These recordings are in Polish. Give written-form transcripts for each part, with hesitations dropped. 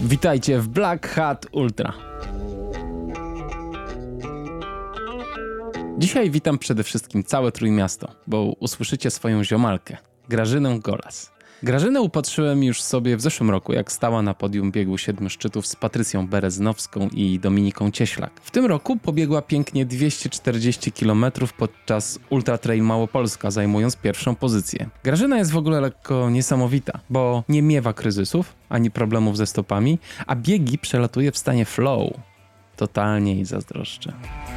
Witajcie w Black Hat Ultra. Dzisiaj witam przede wszystkim całe Trójmiasto, bo usłyszycie swoją ziomalkę, Grażynę Golas. Grażynę upatrzyłem już sobie w zeszłym roku, jak stała na podium biegu 7 szczytów z Patrycją Bereznowską i Dominiką Cieślak. W tym roku pobiegła pięknie 240 km podczas Ultra Trail Małopolska, zajmując pierwszą pozycję. Grażyna jest w ogóle lekko niesamowita, bo nie miewa kryzysów, ani problemów ze stopami, a biegi przelatuje w stanie flow. Totalnie jej zazdroszczę.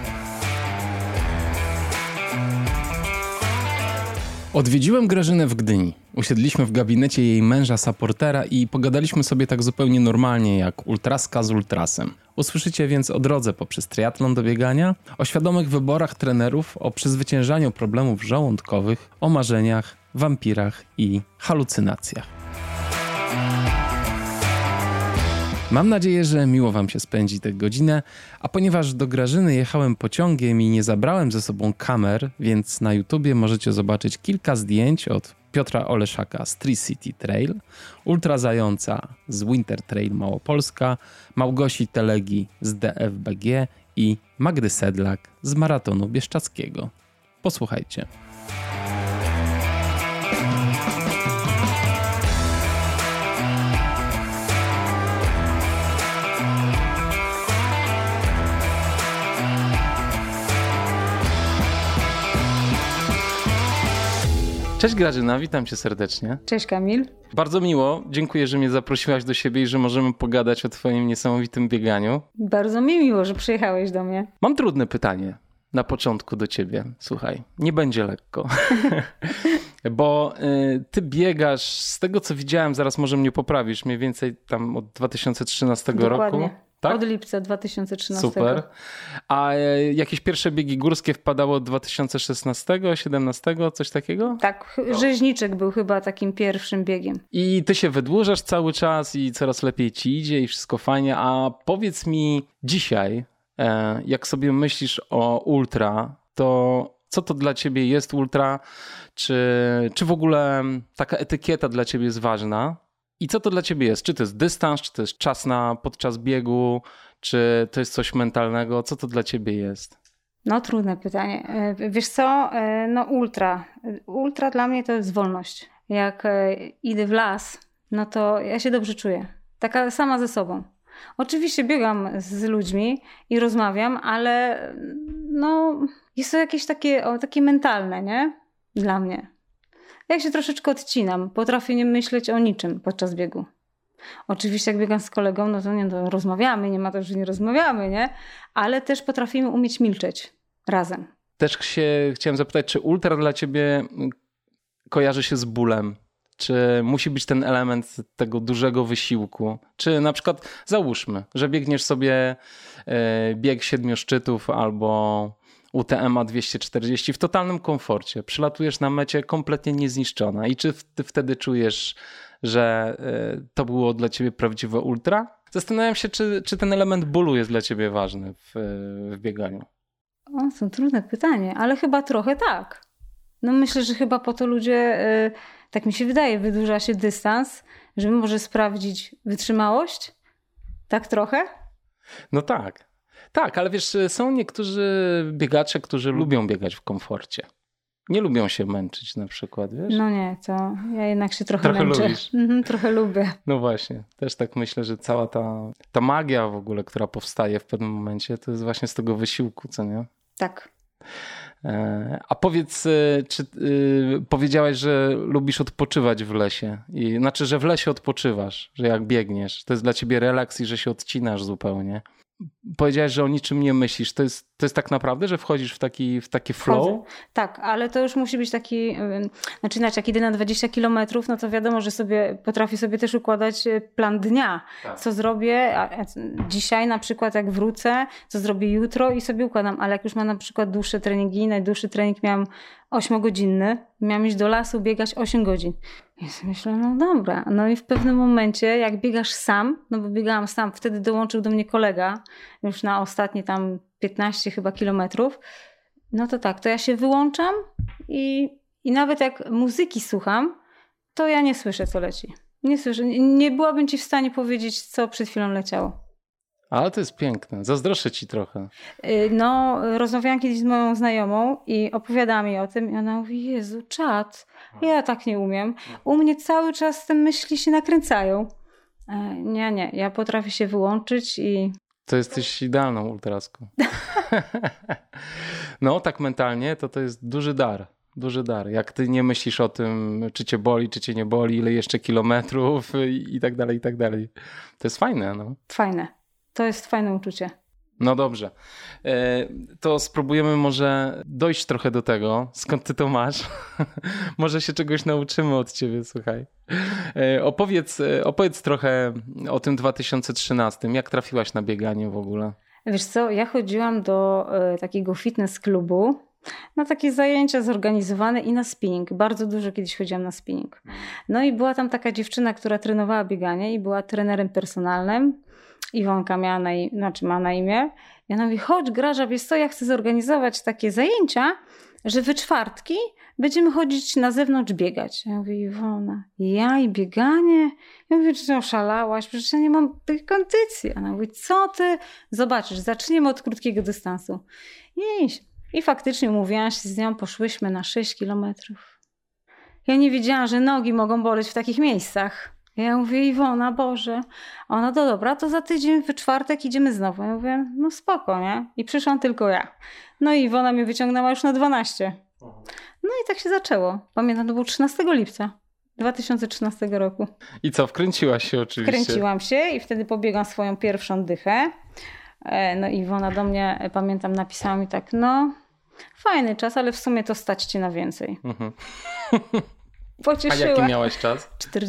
Odwiedziłem Grażynę w Gdyni. Usiedliśmy w gabinecie jej męża supportera i pogadaliśmy sobie tak zupełnie normalnie, jak ultraska z ultrasem. Usłyszycie więc o drodze poprzez triatlon do biegania, o świadomych wyborach trenerów, o przezwyciężaniu problemów żołądkowych, o marzeniach, wampirach i halucynacjach. Mam nadzieję, że miło wam się spędzi tę godzinę, a ponieważ do Grażyny jechałem pociągiem i nie zabrałem ze sobą kamer, więc na YouTubie możecie zobaczyć kilka zdjęć od Piotra Oleszaka z Tri-City Trail, Ultra Zająca z Winter Trail Małopolska, Małgosi Telegi z DFBG i Magdy Sedlak z Maratonu Bieszczadzkiego. Posłuchajcie. Cześć Grażyna, witam cię serdecznie. Cześć Kamil. Bardzo miło, dziękuję, że mnie zaprosiłaś do siebie i że możemy pogadać o twoim niesamowitym bieganiu. Bardzo mi miło, że przyjechałeś do mnie. Mam trudne pytanie na początku do ciebie. Słuchaj, nie będzie lekko. Bo ty biegasz, z tego co widziałem, zaraz może mnie poprawisz, mniej więcej tam od 2013 Dokładnie. roku. Tak? Od lipca 2013. Super. A jakieś pierwsze biegi górskie wpadało od 2016, 2017, coś takiego? Tak, Rzeźniczek był chyba takim pierwszym biegiem. I ty się wydłużasz cały czas i coraz lepiej ci idzie i wszystko fajnie. A powiedz mi dzisiaj, jak sobie myślisz o ultra, to co to dla ciebie jest ultra? Czy w ogóle taka etykieta dla ciebie jest ważna? I co to dla ciebie jest? Czy to jest dystans, czy to jest czas podczas biegu, czy to jest coś mentalnego? Co to dla ciebie jest? No trudne pytanie. Wiesz co? No ultra. Ultra dla mnie to jest wolność. Jak idę w las, no to ja się dobrze czuję. Taka sama ze sobą. Oczywiście biegam z ludźmi i rozmawiam, ale no jest to jakieś takie mentalne, nie? Dla mnie. Ja się troszeczkę odcinam. Potrafię nie myśleć o niczym podczas biegu. Oczywiście jak biegam z kolegą, no to nie, to rozmawiamy, nie ma to, że nie rozmawiamy, nie? Ale też potrafimy umieć milczeć razem. Też chciałem zapytać, czy ultra dla ciebie kojarzy się z bólem? Czy musi być ten element tego dużego wysiłku? Czy na przykład załóżmy, że biegniesz sobie bieg 7 szczytów albo UTMA 240 w totalnym komforcie. Przylatujesz na mecie kompletnie niezniszczona. I czy ty wtedy czujesz, że to było dla ciebie prawdziwe ultra? Zastanawiam się, czy ten element bólu jest dla ciebie ważny w bieganiu. To trudne pytanie, ale chyba trochę tak. No myślę, że chyba po to ludzie, tak mi się wydaje, wydłuża się dystans, żeby może sprawdzić wytrzymałość. Tak trochę? No tak. Tak, ale wiesz, są niektórzy biegacze, którzy lubią biegać w komforcie. Nie lubią się męczyć na przykład, wiesz? No nie, to ja jednak się trochę męczę. Lubisz. Trochę lubię. No właśnie, też tak myślę, że cała ta magia w ogóle, która powstaje w pewnym momencie, to jest właśnie z tego wysiłku, co nie? Tak. A powiedz, czy powiedziałaś, że lubisz odpoczywać w lesie? Znaczy, że w lesie odpoczywasz, że jak biegniesz, to jest dla ciebie relaks i że się odcinasz zupełnie. Powiedziałeś, że o niczym nie myślisz. To jest tak naprawdę, że wchodzisz w taki flow? Wchodzę. Tak, ale to już musi być taki, znaczy inaczej, jak idę na 20 kilometrów, no to wiadomo, że potrafię sobie też układać plan dnia. Tak. Co zrobię dzisiaj na przykład, jak wrócę, co zrobię jutro i sobie układam. Ale jak już mam na przykład dłuższe treningi, najdłuższy trening miałam 8-godzinny, miałam iść do lasu, biegać 8 godzin. I sobie myślę, no dobra. No i w pewnym momencie, jak biegasz sam, no bo biegałam sam, wtedy dołączył do mnie kolega, już na ostatnie tam 15 chyba kilometrów, no to tak, to ja się wyłączam i nawet jak muzyki słucham, to ja nie słyszę, co leci. Nie słyszę. Nie byłabym ci w stanie powiedzieć, co przed chwilą leciało. Ale to jest piękne. Zazdroszczę ci trochę. No, rozmawiałam kiedyś z moją znajomą i opowiadała mi o tym i ona mówi, Jezu, czad, ja tak nie umiem. U mnie cały czas te myśli się nakręcają. Nie, ja potrafię się wyłączyć i... To jesteś idealną ultraską. No, tak mentalnie to jest duży dar. Duży dar. Jak ty nie myślisz o tym, czy cię boli, czy cię nie boli, ile jeszcze kilometrów i tak dalej, i tak dalej. To jest fajne, no. Fajne. To jest fajne uczucie. No dobrze. To spróbujemy może dojść trochę do tego, skąd ty to masz. Może się czegoś nauczymy od ciebie, słuchaj. Opowiedz trochę o tym 2013. Jak trafiłaś na bieganie w ogóle? Wiesz co, ja chodziłam do takiego fitness klubu na takie zajęcia zorganizowane i na spinning. Bardzo dużo kiedyś chodziłam na spinning. No i była tam taka dziewczyna, która trenowała bieganie i była trenerem personalnym. Iwonka ma na imię. I ona mówi, chodź Graża, wiesz co, ja chcę zorganizować takie zajęcia, że we czwartki będziemy chodzić na zewnątrz biegać. Ja mówię, Iwona, ja i bieganie? Ja mówię, czy oszalałaś? Przecież ja nie mam tej kondycji. Ona mówi, co ty? Zobaczysz, zaczniemy od krótkiego dystansu. I faktycznie umówiłam się z nią, poszłyśmy na 6 kilometrów. Ja nie wiedziałam, że nogi mogą boleć w takich miejscach. Ja mówię, Iwona, Boże. Ona, to dobra, to za tydzień w czwartek idziemy znowu. Ja mówię, no spoko, nie? I przyszłam tylko ja. No i Iwona mnie wyciągnęła już na 12. No i tak się zaczęło. Pamiętam, to był 13 lipca 2013 roku. I co, wkręciłaś się oczywiście? Wkręciłam się i wtedy pobiegłam swoją pierwszą dychę. No i Iwona do mnie, pamiętam, napisała mi tak, no fajny czas, ale w sumie to stać cię na więcej. Pocieszyła. A jaki miałaś czas?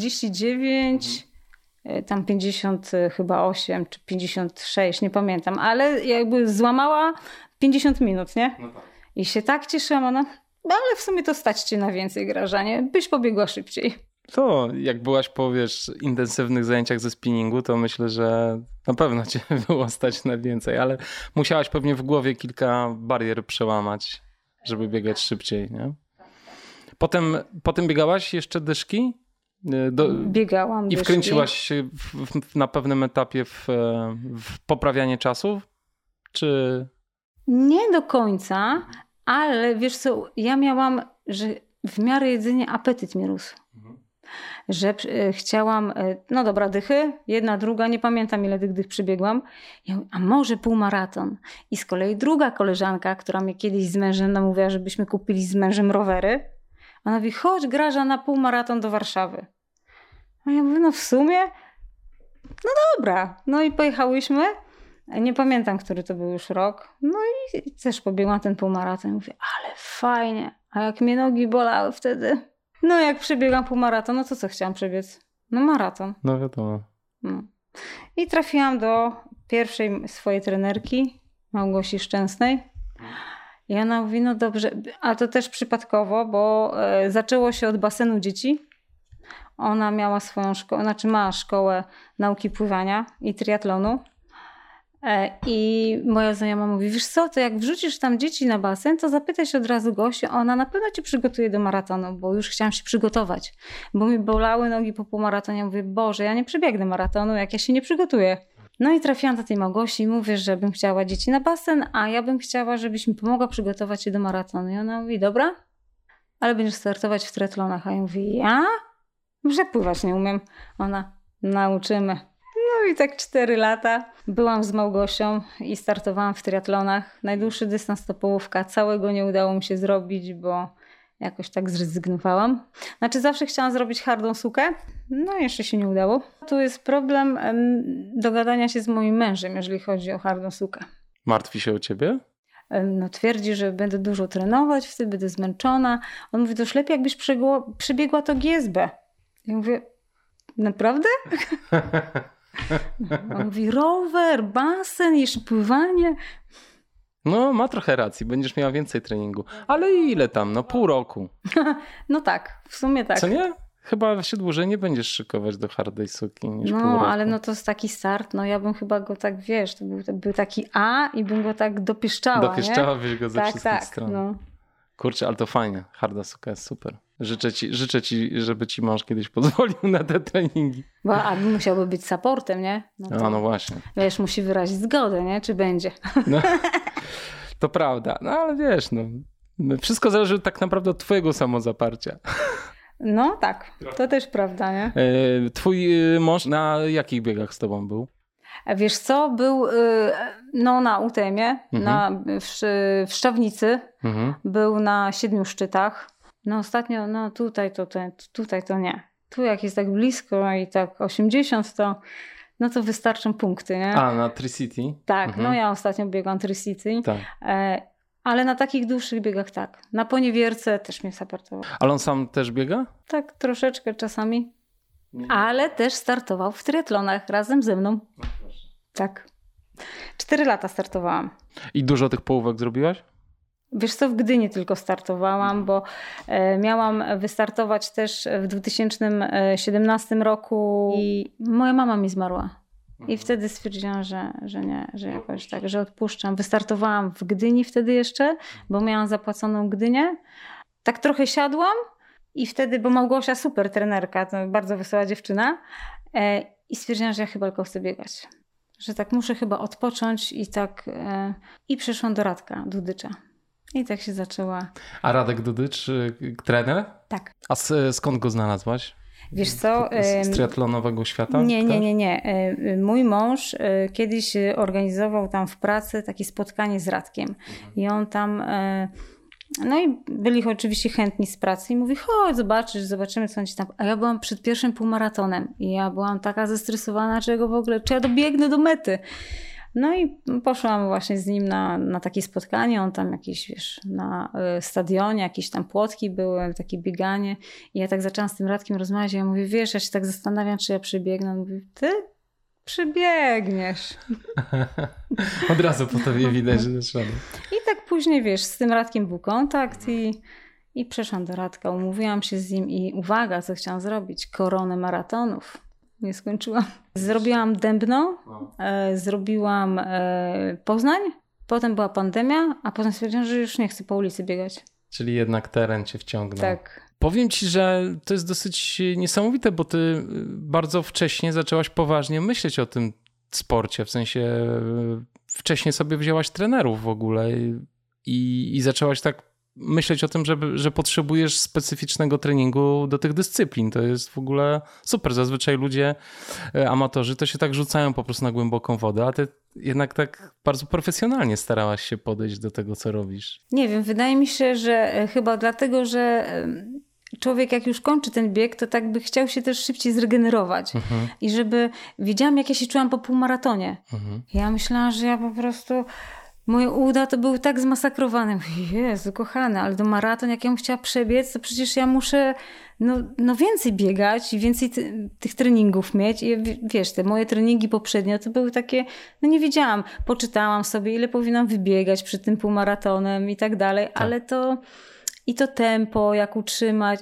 49, tam 50 chyba 8 czy 56, nie pamiętam, ale jakby złamała 50 minut, nie? No tak. I się tak cieszyłam, ona, ale w sumie to stać cię na więcej, Graża, nie? Byś pobiegła szybciej. To jak byłaś po, intensywnych zajęciach ze spinningu, to myślę, że na pewno cię było stać na więcej, ale musiałaś pewnie w głowie kilka barier przełamać, żeby biegać szybciej, nie? Potem biegałaś jeszcze dyszki? Biegałam i wkręciłaś się na pewnym etapie w poprawianie czasów? Czy... Nie do końca, ale wiesz co, ja miałam, że w miarę jedzenia apetyt mi rósł. Że chciałam, no dobra, dychy, jedna, druga, nie pamiętam ile tych dych przebiegłam. Ja mówię, a może półmaraton? I z kolei druga koleżanka, która mnie kiedyś z mężem namówiła, żebyśmy kupili z mężem rowery. Ona mówi, chodź Graża na półmaraton do Warszawy. A ja mówię, no w sumie, no dobra. No i pojechałyśmy. Nie pamiętam, który to był już rok. No i też pobiegłam ten półmaraton. Mówię, ale fajnie. A jak mnie nogi bolały wtedy. No jak przebiegłam półmaraton, no to co chciałam przebiec? No maraton. No wiadomo. No. I trafiłam do pierwszej swojej trenerki, Małgosi Szczęsnej. I ona mówi, no dobrze, a to też przypadkowo, bo zaczęło się od basenu dzieci. Ona miała swoją szkołę, ma szkołę nauki pływania i triatlonu. I moja znajoma mówi, wiesz co, to jak wrzucisz tam dzieci na basen, to zapytaj się od razu Gosię, ona na pewno cię przygotuje do maratonu, bo już chciałam się przygotować. Bo mi bolały nogi po półmaratonie. Mówię, Boże, ja nie przebiegnę maratonu, jak ja się nie przygotuję. No i trafiłam do tej Małgosi i mówię, że bym chciała dzieci na basen, a ja bym chciała, żebyś mi pomogła przygotować się do maratonu. I ona mówi, dobra, ale będziesz startować w triatlonach. A ja mówię, ja? Że pływać nie umiem. Ona, nauczymy. No i tak 4 lata byłam z Małgosią i startowałam w triatlonach. Najdłuższy dystans to połówka. Całego nie udało mi się zrobić, bo jakoś tak zrezygnowałam. Znaczy zawsze chciałam zrobić hardą sukę, no jeszcze się nie udało. Tu jest problem dogadania się z moim mężem, jeżeli chodzi o hardą sukę. Martwi się o ciebie? No twierdzi, że będę dużo trenować, wtedy będę zmęczona. On mówi, to już lepiej jakbyś przebiegła to GSB. Ja mówię, naprawdę? On mówi, rower, basen, jeszcze pływanie. No ma trochę racji, będziesz miała więcej treningu. Ale ile tam? No pół roku. No tak, w sumie tak. Co nie? Chyba się dłużej nie będziesz szykować do hardej suki niż pół roku. No ale no to jest taki start, no ja bym chyba go tak, wiesz, to był taki A i bym go tak dopieszczała. Dopieszczałabyś go ze wszystkich tak, stron. No. Kurczę, ale to fajnie. Harda suka jest super. Życzę ci, żeby ci mąż kiedyś pozwolił na te treningi. A musiałby być supportem, nie? No właśnie. Wiesz, musi wyrazić zgodę, nie? Czy będzie. No, to prawda. No ale wiesz, wszystko zależy tak naprawdę od twojego samozaparcia. No tak, to też prawda, nie? Twój mąż na jakich biegach z tobą był? Wiesz co, był na UTM-ie, w Szczawnicy, był na 7 szczytach. No ostatnio, tutaj to nie. Tu jak jest tak blisko i tak 80, to wystarczą punkty, nie? Na Tri-City? Tak, ja ostatnio biegłam Tri-City. Tak. Ale na takich dłuższych biegach tak. Na Poniewierce też mnie supportował. Ale on sam też biega? Tak, troszeczkę czasami. Ale też startował w triatlonach razem ze mną. Tak. 4 lata startowałam. I dużo tych połówek zrobiłaś? Wiesz co, w Gdyni tylko startowałam, bo miałam wystartować też w 2017 roku i moja mama mi zmarła. I wtedy stwierdziłam, że nie, że jakoś tak, że odpuszczam. Wystartowałam w Gdyni wtedy jeszcze, bo miałam zapłaconą Gdynię. Tak trochę siadłam i wtedy, bo Małgosia super trenerka, to bardzo wesoła dziewczyna i stwierdziłam, że ja chyba tylko chcę biegać. Że tak muszę chyba odpocząć i tak i przyszłam do Radka Dudycza. I tak się zaczęła. A Radek Dudycz, trener? Tak. A skąd go znalazłaś? Wiesz co? Z triatlonowego świata? Nie. Mój mąż kiedyś organizował tam w pracy takie spotkanie z Radkiem. I on tam... No i byli oczywiście chętni z pracy i mówi, chodź, zobaczymy co on ci tam... A ja byłam przed pierwszym półmaratonem i ja byłam taka zestresowana, czy ja dobiegnę do mety. No i poszłam właśnie z nim na takie spotkanie, on tam jakieś, wiesz, na stadionie, jakieś tam płotki były, takie bieganie i ja tak zaczęłam z tym Radkiem rozmawiać i ja mówię, wiesz, ja się tak zastanawiam, czy ja przybiegnę. On mówi, ty przybiegniesz. Od razu po tobie widać, że trzeba. I tak później, wiesz, z tym Radkiem był kontakt i przeszłam do Radka, umówiłam się z nim i uwaga, co chciałam zrobić, koronę maratonów. Nie skończyłam. Zrobiłam Dębno, zrobiłam Poznań, potem była pandemia, a potem stwierdziłam, że już nie chcę po ulicy biegać. Czyli jednak teren cię wciągnął. Tak. Powiem ci, że to jest dosyć niesamowite, bo ty bardzo wcześnie zaczęłaś poważnie myśleć o tym sporcie, w sensie wcześniej sobie wzięłaś trenerów w ogóle i zaczęłaś tak myśleć o tym, że potrzebujesz specyficznego treningu do tych dyscyplin. To jest w ogóle super. Zazwyczaj ludzie, amatorzy, to się tak rzucają po prostu na głęboką wodę, a ty jednak tak bardzo profesjonalnie starałaś się podejść do tego, co robisz. Nie wiem, wydaje mi się, że chyba dlatego, że człowiek jak już kończy ten bieg, to tak by chciał się też szybciej zregenerować. I żeby wiedziałam, jak ja się czułam po półmaratonie. Ja myślałam, że ja po prostu... Moje uda to były tak zmasakrowane. Mówię, Jezu, kochana, ale do maraton, jak ja bym chciała przebiec, to przecież ja muszę więcej biegać i więcej tych treningów mieć. I wiesz, te moje treningi poprzednio to były takie, nie wiedziałam. Poczytałam sobie, ile powinnam wybiegać przed tym półmaratonem i tak dalej, ale to tempo, jak utrzymać,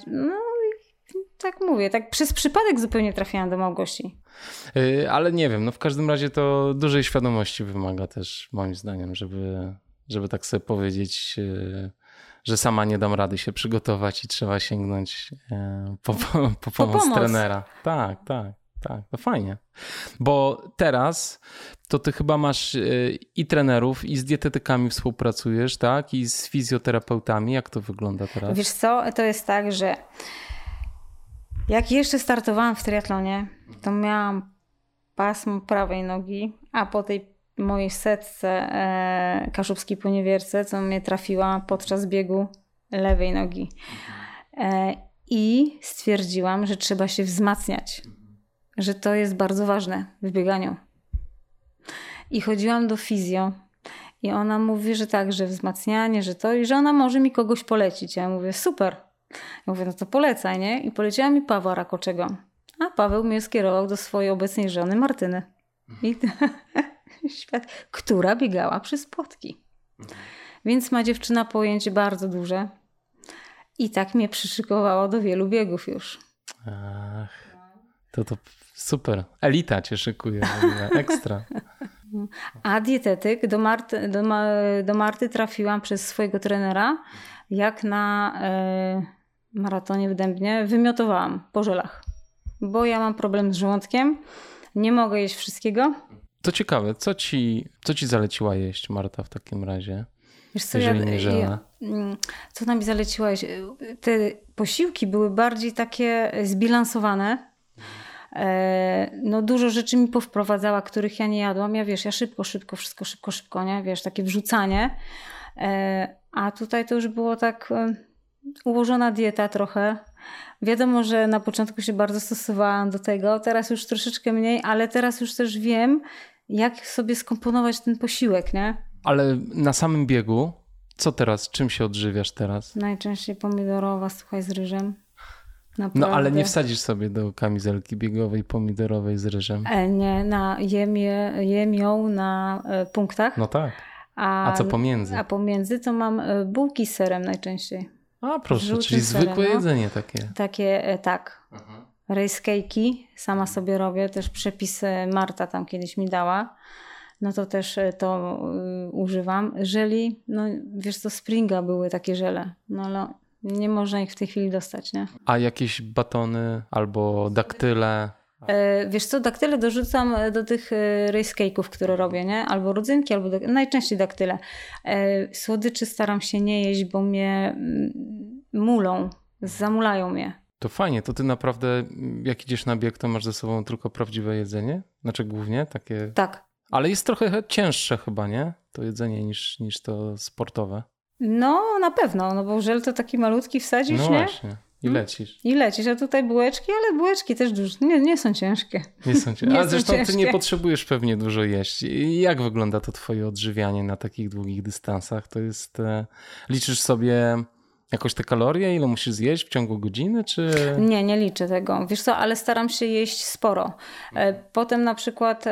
tak mówię, tak przez przypadek zupełnie trafiłam do Małgosi. Ale nie wiem, w każdym razie to dużej świadomości wymaga też moim zdaniem, żeby tak sobie powiedzieć, że sama nie dam rady się przygotować i trzeba sięgnąć po pomoc trenera. Tak, to fajnie. Bo teraz to ty chyba masz i trenerów, i z dietetykami współpracujesz, tak? I z fizjoterapeutami. Jak to wygląda teraz? Wiesz co, to jest tak, że jak jeszcze startowałam w triatlonie, to miałam pasmo prawej nogi, a po tej mojej setce kaszubskiej Poniewierce, co mnie trafiła podczas biegu lewej nogi. I stwierdziłam, że trzeba się wzmacniać, że to jest bardzo ważne w bieganiu. I chodziłam do fizjo i ona mówi, że tak, że wzmacnianie, że to i że ona może mi kogoś polecić. Ja mówię, super. Ja mówię, to polecaj, nie? I poleciła mi Pawła Rakoczego. A Paweł mnie skierował do swojej obecnej żony Martyny. Która biegała przez płotki. Więc ma dziewczyna pojęcie bardzo duże. I tak mnie przyszykowała do wielu biegów już. Ach, to super. Elita cię szykuje. Ekstra. A dietetyk do Marty trafiłam przez swojego trenera, jak na maratonie w Dębnie wymiotowałam po żelach, bo ja mam problem z żołądkiem, nie mogę jeść wszystkiego. To ciekawe, co ci zaleciła jeść Marta w takim razie? Wiesz co, jeżeli nie żele? Co nam zaleciła jeść? Te posiłki były bardziej takie zbilansowane. No dużo rzeczy mi powprowadzała, których ja nie jadłam. Ja szybko, wszystko szybko, nie? Wiesz, takie wrzucanie. A tutaj to już było tak ułożona dieta trochę. Wiadomo, że na początku się bardzo stosowałam do tego, teraz już troszeczkę mniej, ale teraz już też wiem, jak sobie skomponować ten posiłek, nie? Ale na samym biegu, co teraz? Czym się odżywiasz teraz? Najczęściej pomidorowa, słuchaj, z ryżem. Naprawdę. No ale nie wsadzisz sobie do kamizelki biegowej pomidorowej z ryżem. Nie, jem ją na punktach. No tak. A co pomiędzy? A pomiędzy to mam bułki z serem najczęściej. A proszę, czyli zwykłe jedzenie takie. Takie, tak. Rice cake'i sama sobie robię. Też przepis Marta tam kiedyś mi dała. No to też to używam. Żeli, no wiesz co, Springa były takie żele. No ale nie można ich w tej chwili dostać, nie? A jakieś batony albo daktyle? Wiesz co, daktyle dorzucam do tych rice cake'ów, które robię, nie? Albo rodzynki, albo najczęściej daktyle. Słodyczy staram się nie jeść, bo mnie mulą, zamulają mnie. To fajnie, to ty naprawdę jak idziesz na bieg, to masz ze sobą tylko prawdziwe jedzenie? Znaczy głównie takie... Tak. Ale jest trochę cięższe chyba, nie? To jedzenie niż to sportowe. No na pewno, no bo żel to taki malutki wsadzisz, no nie? No właśnie. I lecisz. I lecisz, a tutaj bułeczki, ale bułeczki też dużo. Nie są ciężkie. Nie są ciężkie. A zresztą ty nie potrzebujesz pewnie dużo jeść. Jak wygląda to twoje odżywianie na takich długich dystansach? To jest... Liczysz sobie jakoś te kalorie, ile musisz zjeść w ciągu godziny, czy... Nie liczę tego. Wiesz co, ale staram się jeść sporo. Potem na przykład...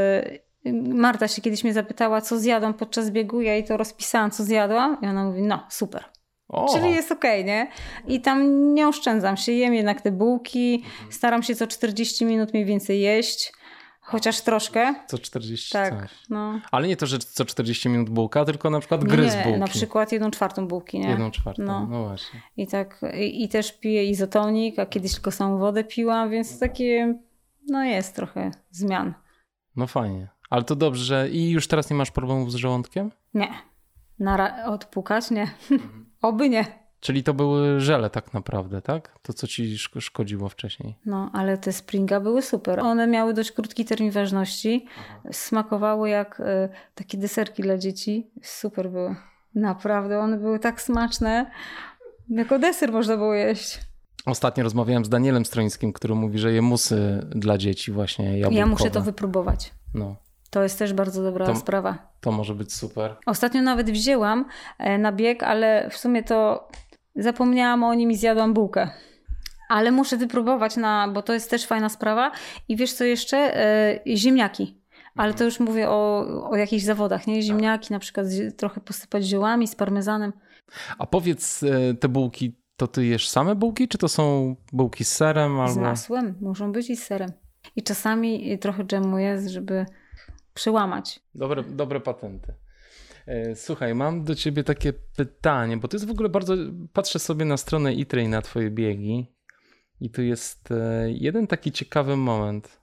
Marta się kiedyś mnie zapytała, co zjadłam podczas biegu. Ja jej to rozpisałam, co zjadłam. I ona mówi, no super. Czyli jest okej, nie? I tam nie oszczędzam się. Jem jednak te bułki. Staram się co 40 minut mniej więcej jeść. Chociaż troszkę. Co 40 tak, coś. No. Ale nie to, że co 40 minut bułka, tylko na przykład gryz bułki. Na przykład 1/4 bułki, nie? 1/4, no właśnie. I tak, i też piję izotonik, a kiedyś tylko samą wodę piłam, więc takie, no jest trochę zmian. No fajnie. Ale to dobrze. I już teraz nie masz problemów z żołądkiem? Nie. Odpukać? Nie. Oby nie. Czyli to były żele tak naprawdę, tak? To, co ci szkodziło wcześniej. No, ale te Springa były super. One miały dość krótki termin ważności. Smakowały jak takie deserki dla dzieci. Super były. Naprawdę, one były tak smaczne. Jako deser można było jeść. Ostatnio rozmawiałem z Danielem Strońskim, który mówi, że je musy dla dzieci właśnie jabłkowe. Ja muszę to wypróbować. No. To jest też bardzo dobra sprawa. To może być super. Ostatnio nawet wzięłam na bieg, ale w sumie to zapomniałam o nim i zjadłam bułkę. Ale muszę wypróbować, bo to jest też fajna sprawa. I wiesz co jeszcze? Ziemniaki. Ale to już mówię o jakichś zawodach, nie? Ziemniaki na przykład trochę posypać ziołami z parmezanem. A powiedz, te bułki, to ty jesz same bułki, czy to są bułki z serem? Albo... Z masłem. Muszą być i z serem. I czasami trochę dżemu jest, żeby przełamać. Dobre patenty. Słuchaj, mam do ciebie takie pytanie, bo to jest w ogóle bardzo... Patrzę sobie na stronę eTray, na twoje biegi i tu jest jeden taki ciekawy moment.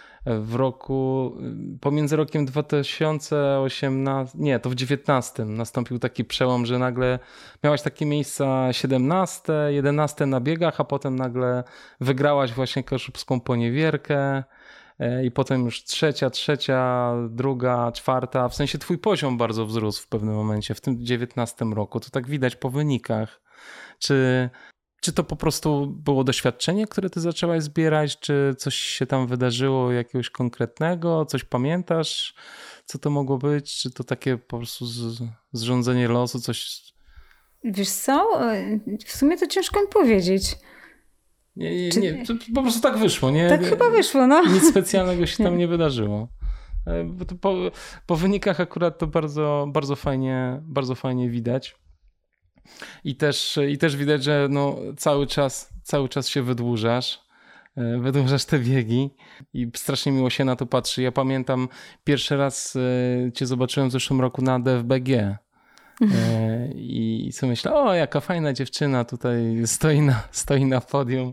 Pomiędzy rokiem 2018, nie, to w 2019 nastąpił taki przełom, że nagle miałaś takie miejsca 17, 11 na biegach, a potem nagle wygrałaś właśnie Kaszubską Poniewierkę i potem już trzecia, druga, czwarta, w sensie twój poziom bardzo wzrósł w pewnym momencie, w tym 19 roku, to tak widać po wynikach. Czy to po prostu było doświadczenie, które ty zaczęłaś zbierać, czy coś się tam wydarzyło jakiegoś konkretnego, coś pamiętasz, co to mogło być, czy to takie po prostu zrządzenie losu, coś... Wiesz co, w sumie to ciężko mi powiedzieć. Nie, to po prostu tak wyszło, nie? Tak chyba wyszło, no. Nic specjalnego się tam nie wydarzyło. Po wynikach akurat to bardzo fajnie widać. I też widać, że no cały czas się wydłużasz te biegi i strasznie miło się na to patrzy. Ja pamiętam pierwszy raz cię zobaczyłem w zeszłym roku na DFBG I sobie myślę, o jaka fajna dziewczyna tutaj stoi na podium.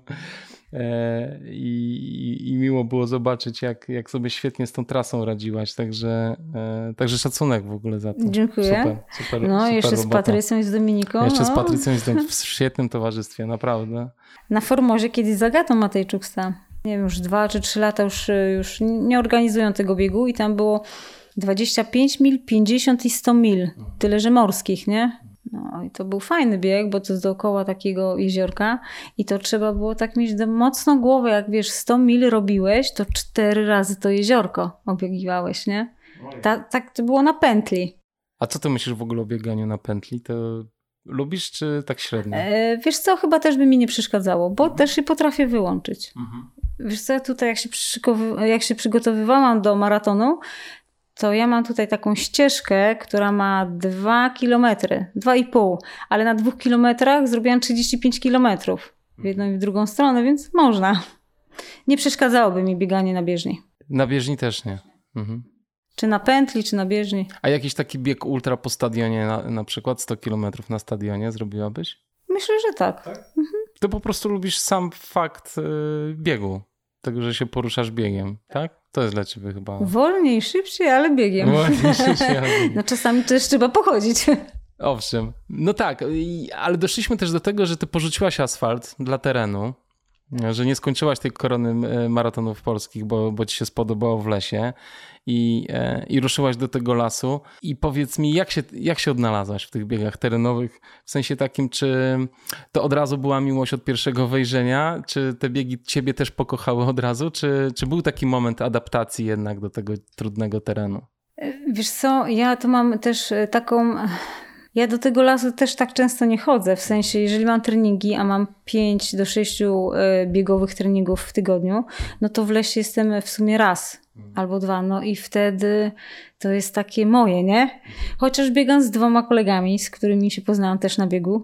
I miło było zobaczyć, jak sobie świetnie z tą trasą radziłaś. Także szacunek w ogóle za to. Dziękuję. Super jeszcze robota. z Patrycją i z Dominiką. Jeszcze z Patrycją jestem w świetnym towarzystwie, naprawdę. Na Formozie kiedyś z Agatą Matejczuk stałam. Nie wiem, już 2 czy 3 lata już nie organizują tego biegu i tam było 25 mil, 50 i 100 mil. Tyle, że morskich, nie? No i to był fajny bieg, bo to jest dookoła takiego jeziorka i to trzeba było tak mieć mocno głowę, jak wiesz, 100 mil robiłeś, to 4 razy to jeziorko obiegiwałeś, nie? Tak to było na pętli. A co ty myślisz w ogóle o bieganiu na pętli? To lubisz czy tak średnio? Wiesz co, chyba też by mi nie przeszkadzało, bo też się potrafię wyłączyć. Wiesz co, tutaj jak się przygotowywałam do maratonu, to ja mam tutaj taką ścieżkę, która ma 2 kilometry, 2,5, ale na 2 kilometrach zrobiłam 35 kilometrów w jedną i w drugą stronę, więc można. Nie przeszkadzałoby mi bieganie na bieżni. Na bieżni też nie. Czy na pętli, czy na bieżni. A jakiś taki bieg ultra po stadionie, na przykład 100 kilometrów na stadionie zrobiłabyś? Myślę, że tak. Ty po prostu lubisz sam fakt biegu. Tego, że się poruszasz biegiem, tak? To jest dla ciebie chyba... Wolniej, szybciej, ale biegiem. Wolniej, szybciej, ale biegiem. No czasami też trzeba pochodzić. Owszem. No tak, ale doszliśmy też do tego, że ty porzuciłaś asfalt dla terenu, że nie skończyłaś tej korony maratonów polskich, bo ci się spodobało w lesie i ruszyłaś do tego lasu. I powiedz mi, jak się odnalazłaś w tych biegach terenowych? W sensie takim, czy to od razu była miłość od pierwszego wejrzenia? Czy te biegi ciebie też pokochały od razu? Czy był taki moment adaptacji jednak do tego trudnego terenu? Wiesz co, ja to mam też taką... Ja do tego lasu też tak często nie chodzę, w sensie jeżeli mam treningi, a mam 5 do 6 biegowych treningów w tygodniu, no to w lesie jestem w sumie raz albo 2, no i wtedy to jest takie moje, nie? Chociaż biegam z 2 kolegami, z którymi się poznałam też na biegu,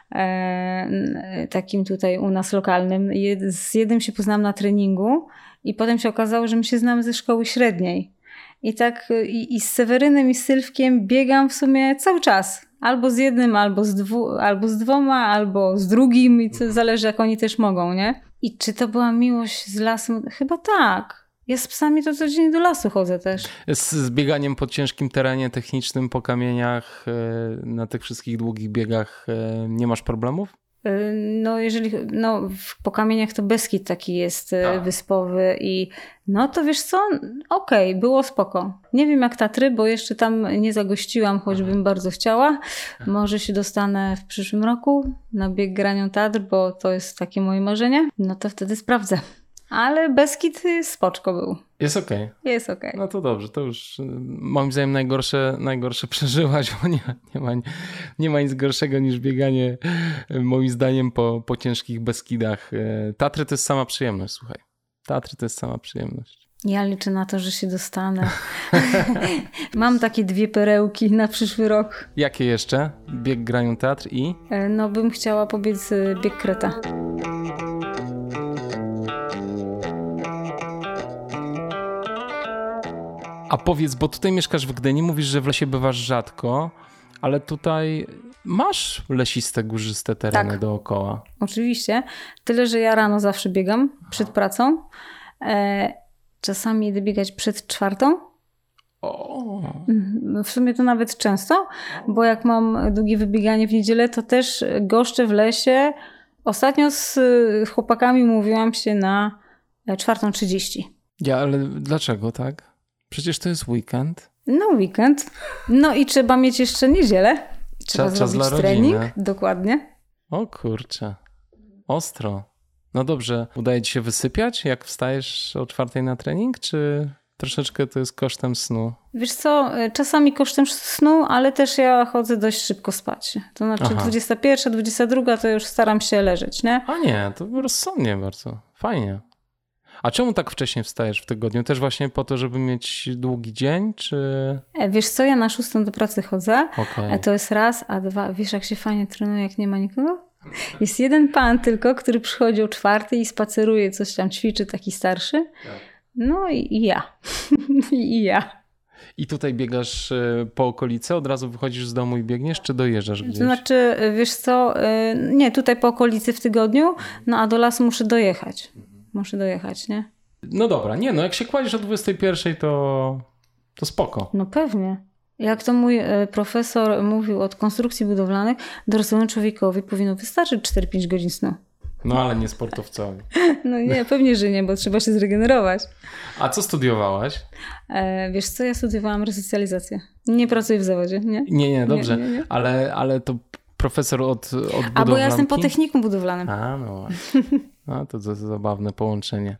takim tutaj u nas lokalnym. Z jednym się poznałam na treningu i potem się okazało, że my się znamy ze szkoły średniej. I tak i z Sewerynem i z Sylwkiem biegam w sumie cały czas. Albo z jednym, albo z 2, albo z drugim. I to zależy, jak oni też mogą, nie? I czy to była miłość z lasem? Chyba tak. Ja z psami to codziennie do lasu chodzę też. Z bieganiem po ciężkim terenie technicznym, po kamieniach, na tych wszystkich długich biegach nie masz problemów? Po kamieniach to Beskid taki jest wyspowy i no to wiesz co, okej, było spoko. Nie wiem jak Tatry, bo jeszcze tam nie zagościłam, choćbym bardzo chciała. Może się dostanę w przyszłym roku na bieg Granią Tatr, bo to jest takie moje marzenie. No to wtedy sprawdzę. Ale Beskid spoczko był. Jest okej. Jest okej. No to dobrze, to już moim zdaniem najgorsze przeżyłaś, bo nie ma nic gorszego niż bieganie moim zdaniem po ciężkich Beskidach. Tatry to jest sama przyjemność, słuchaj. Tatry to jest sama przyjemność. Ja liczę na to, że się dostanę. Mam takie 2 perełki na przyszły rok. Jakie jeszcze? Bieg Granią Tatr i? No bym chciała pobiec bieg Kreta. A powiedz, bo tutaj mieszkasz w Gdyni, mówisz, że w lesie bywasz rzadko, ale tutaj masz lesiste, górzyste tereny dookoła. Oczywiście. Tyle, że ja rano zawsze biegam przed pracą. Czasami idę biegać przed 4. W sumie to nawet często, bo jak mam długie wybieganie w niedzielę, to też goszczę w lesie. Ostatnio z chłopakami mówiłam się na 4:30. Ale dlaczego tak? Przecież to jest weekend. No weekend. No i trzeba mieć jeszcze niedzielę. Trzeba zrobić trening. Dokładnie. O kurczę. Ostro. No dobrze. Udaje ci się wysypiać, jak wstajesz o 4 na trening, czy troszeczkę to jest kosztem snu? Wiesz co, czasami kosztem snu, ale też ja chodzę dość szybko spać. To znaczy 21, 22 to już staram się leżeć, nie? A nie, to rozsądnie bardzo. Fajnie. A czemu tak wcześnie wstajesz w tygodniu? Też właśnie po to, żeby mieć długi dzień, czy... Wiesz co, ja na 6 do pracy chodzę. Okay. To jest raz, a 2, wiesz jak się fajnie trenuje, jak nie ma nikogo? Jest jeden pan tylko, który przychodzi o 4 i spaceruje, coś tam ćwiczy, taki starszy. Tak. No i ja. I ja. I tutaj biegasz po okolicy, od razu wychodzisz z domu i biegniesz, czy dojeżdżasz gdzieś? To znaczy, wiesz co, nie, tutaj po okolicy w tygodniu, no a do lasu muszę dojechać. Muszę dojechać, nie? No dobra, nie, no jak się kładziesz o 21, to spoko. No pewnie. Jak to mój profesor mówił od konstrukcji budowlanych, dorosłemu człowiekowi powinno wystarczyć 4-5 godzin snu. No ale nie sportowcowi. No nie, pewnie, że nie, bo trzeba się zregenerować. A co studiowałaś? Wiesz co, ja studiowałam resocjalizację. Nie pracuję w zawodzie, nie? Nie, dobrze. Nie. Ale to profesor od budowlanki? A bo ja jestem po technikum budowlanym. A, no właśnie. No to zabawne połączenie.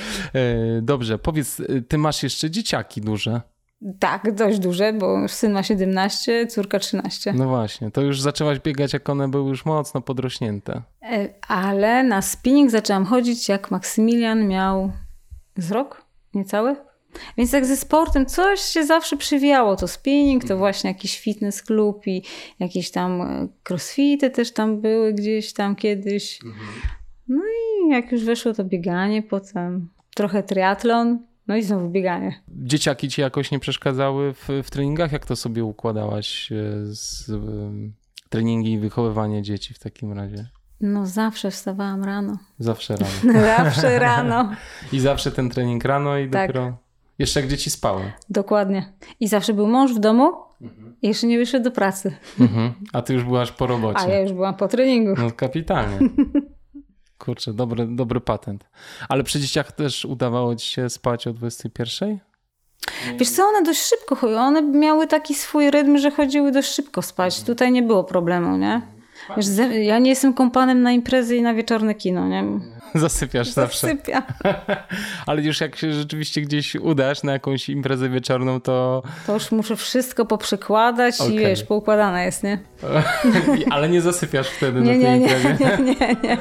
Dobrze, powiedz, ty masz jeszcze dzieciaki duże. Tak, dość duże, bo syn ma 17, córka 13. No właśnie, to już zaczęłaś biegać, jak one były już mocno podrośnięte. Ale na spinning zaczęłam chodzić, jak Maksymilian miał z rok, niecały. Więc tak ze sportem coś się zawsze przywijało. To spinning, to właśnie jakiś fitness klub i jakieś tam crossfity też tam były gdzieś tam kiedyś. No i jak już weszło to bieganie, potem trochę triatlon, no i znowu bieganie. Dzieciaki ci jakoś nie przeszkadzały w treningach? Jak to sobie układałaś z treningi i wychowywanie dzieci w takim razie? No zawsze wstawałam rano. Zawsze rano. Zawsze rano. I zawsze ten trening rano i Tak. dopiero... Jeszcze jak dzieci spały. Dokładnie. I zawsze był mąż w domu i jeszcze nie wyszedł do pracy. A ty już byłaś po robocie. A ja już byłam po treningu. No kapitalnie. Kurczę, dobry patent. Ale przy dzieciach też udawało ci się spać o 21? Wiesz co, one dość szybko chodziły. One miały taki swój rytm, że chodziły dość szybko spać. Tutaj nie było problemu, nie? Wiesz, ja nie jestem kompanem na imprezy i na wieczorne kino, nie? Zasypiasz zawsze. Zasypiam. Ale już jak się rzeczywiście gdzieś udasz na jakąś imprezę wieczorną, to... To już muszę wszystko poprzykładać i wiesz, poukładane jest, nie? Ale nie zasypiasz wtedy na tej Nie. imprezie?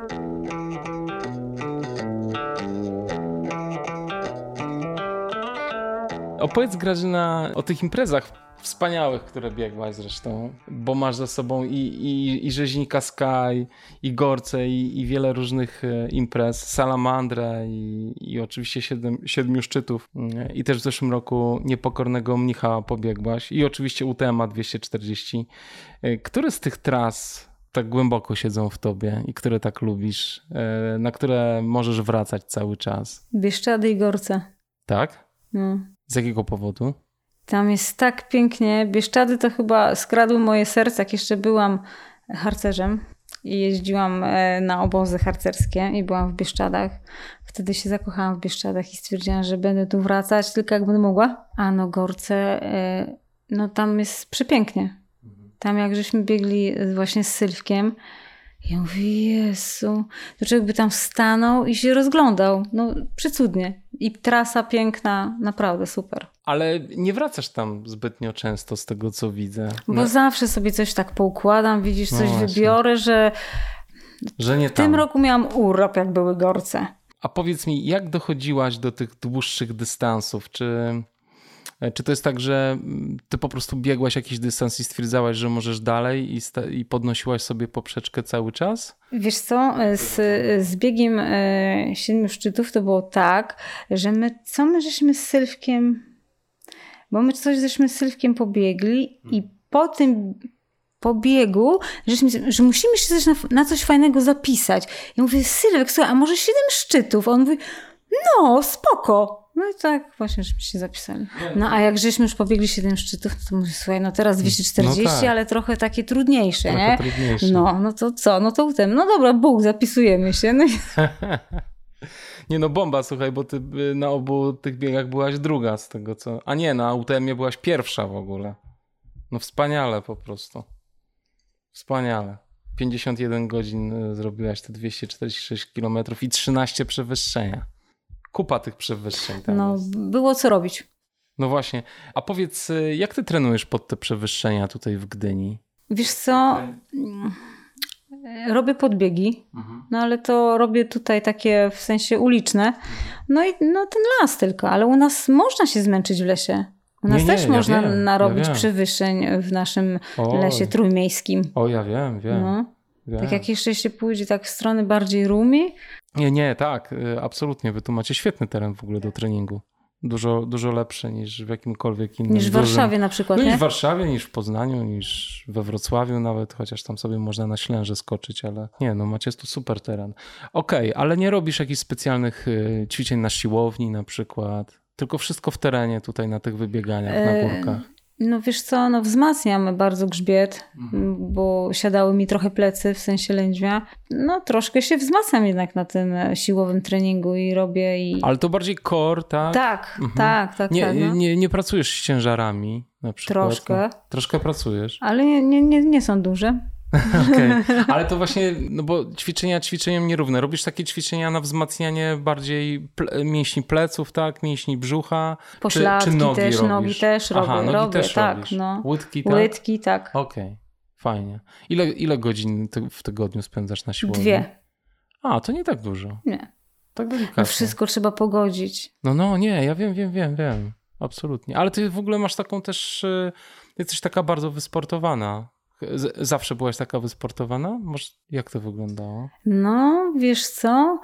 Opowiedz, Grażyna, o tych imprezach wspaniałych, które biegłaś zresztą, bo masz za sobą i Rzeźnika Sky, i Gorce, i wiele różnych imprez, Salamandrę i oczywiście siedmiu szczytów. I też w zeszłym roku Niepokornego Mnicha pobiegłaś i oczywiście UTMA 240. Które z tych tras tak głęboko siedzą w tobie i które tak lubisz, na które możesz wracać cały czas? Bieszczady i Gorce. Tak? No. Z jakiego powodu? Tam jest tak pięknie. Bieszczady to chyba skradły moje serce, jak jeszcze byłam harcerzem i jeździłam na obozy harcerskie i byłam w Bieszczadach. Wtedy się zakochałam w Bieszczadach i stwierdziłam, że będę tu wracać tylko jak będę mogła. A no Gorce, no tam jest przepięknie. Tam jak żeśmy biegli właśnie z Sylwkiem, ja mówię, Jezu, to człowiek by tam stanął i się rozglądał. No przecudnie. I trasa piękna, naprawdę super. Ale nie wracasz tam zbytnio często z tego, co widzę. Bo zawsze sobie coś tak poukładam, widzisz, coś wybiorę, że nie w tym roku miałam urlop, jak były Gorce. A powiedz mi, jak dochodziłaś do tych dłuższych dystansów? Czy to jest tak, że ty po prostu biegłaś jakiś dystans i stwierdzałaś, że możesz dalej i podnosiłaś sobie poprzeczkę cały czas? Wiesz co, z biegiem 7 szczytów to było tak, że my żeśmy z Sylwkiem, bo my coś żeśmy z Sylwkiem pobiegli i po tym pobiegu, że musimy się coś na coś fajnego zapisać. Ja mówię, Sylwek, słuchaj, a może 7 szczytów? A on mówi, no spoko. No i tak właśnie żeśmy się zapisali. No a jak żeśmy już pobiegli 7 szczytów, to mówię, słuchaj, no teraz 240, no tak. Ale trochę takie trudniejsze, trochę nie? Trudniejsze. No to co? No to UTM. No dobra, Bóg, zapisujemy się. No i... Nie no, bomba, słuchaj, bo ty na obu tych biegach byłaś druga z tego, co... A nie, na UTM-ie byłaś pierwsza w ogóle. No wspaniale po prostu. Wspaniale. 51 godzin zrobiłaś te 246 km i 13 przewyższenia. Kupa tych przewyższeń tam jest. Było co robić. No właśnie. A powiedz, jak ty trenujesz pod te przewyższenia tutaj w Gdyni? Wiesz co? Robię podbiegi, no ale to robię tutaj takie w sensie uliczne. No i ten las tylko, ale u nas można się zmęczyć w lesie. U nas też można narobić przewyższeń w naszym lesie trójmiejskim. O, ja wiem. No. Tak jak jeszcze się pójdzie tak w stronę bardziej Rumi. Nie, tak, absolutnie. Wy tu macie świetny teren w ogóle do treningu. Dużo lepsze niż w jakimkolwiek innym. Niż w Warszawie na przykład, nie? Niż w Warszawie, niż w Poznaniu, niż we Wrocławiu nawet, chociaż tam sobie można na Ślęże skoczyć, ale nie, no macie tu super teren. Okej, ale nie robisz jakichś specjalnych ćwiczeń na siłowni na przykład, tylko wszystko w terenie tutaj na tych wybieganiach, na górkach. No wiesz co, no wzmacniam bardzo grzbiet, bo siadały mi trochę plecy w sensie lędźwia. No troszkę się wzmacniam jednak na tym siłowym treningu i robię i... Ale to bardziej core, tak? Tak. Nie pracujesz z ciężarami na przykład? Troszkę. Troszkę pracujesz? Ale nie są duże. Okej. Ale to właśnie, no bo ćwiczeniem nierówne. Robisz takie ćwiczenia na wzmacnianie bardziej mięśni pleców, tak? Mięśni brzucha? Pośladki czy nogi też, robisz? nogi też robię. Aha, nogi też tak. robisz. No. Łydki, tak? Łydki, tak. Okej, fajnie. Ile godzin w tygodniu spędzasz na siłowni? 2. A, to nie tak dużo. Nie. Tak delikatnie. No wszystko trzeba pogodzić. No, nie, ja wiem. Absolutnie. Ale ty w ogóle masz taką też, jesteś taka bardzo wysportowana. Zawsze byłaś taka wysportowana? Może jak to wyglądało? No, wiesz co?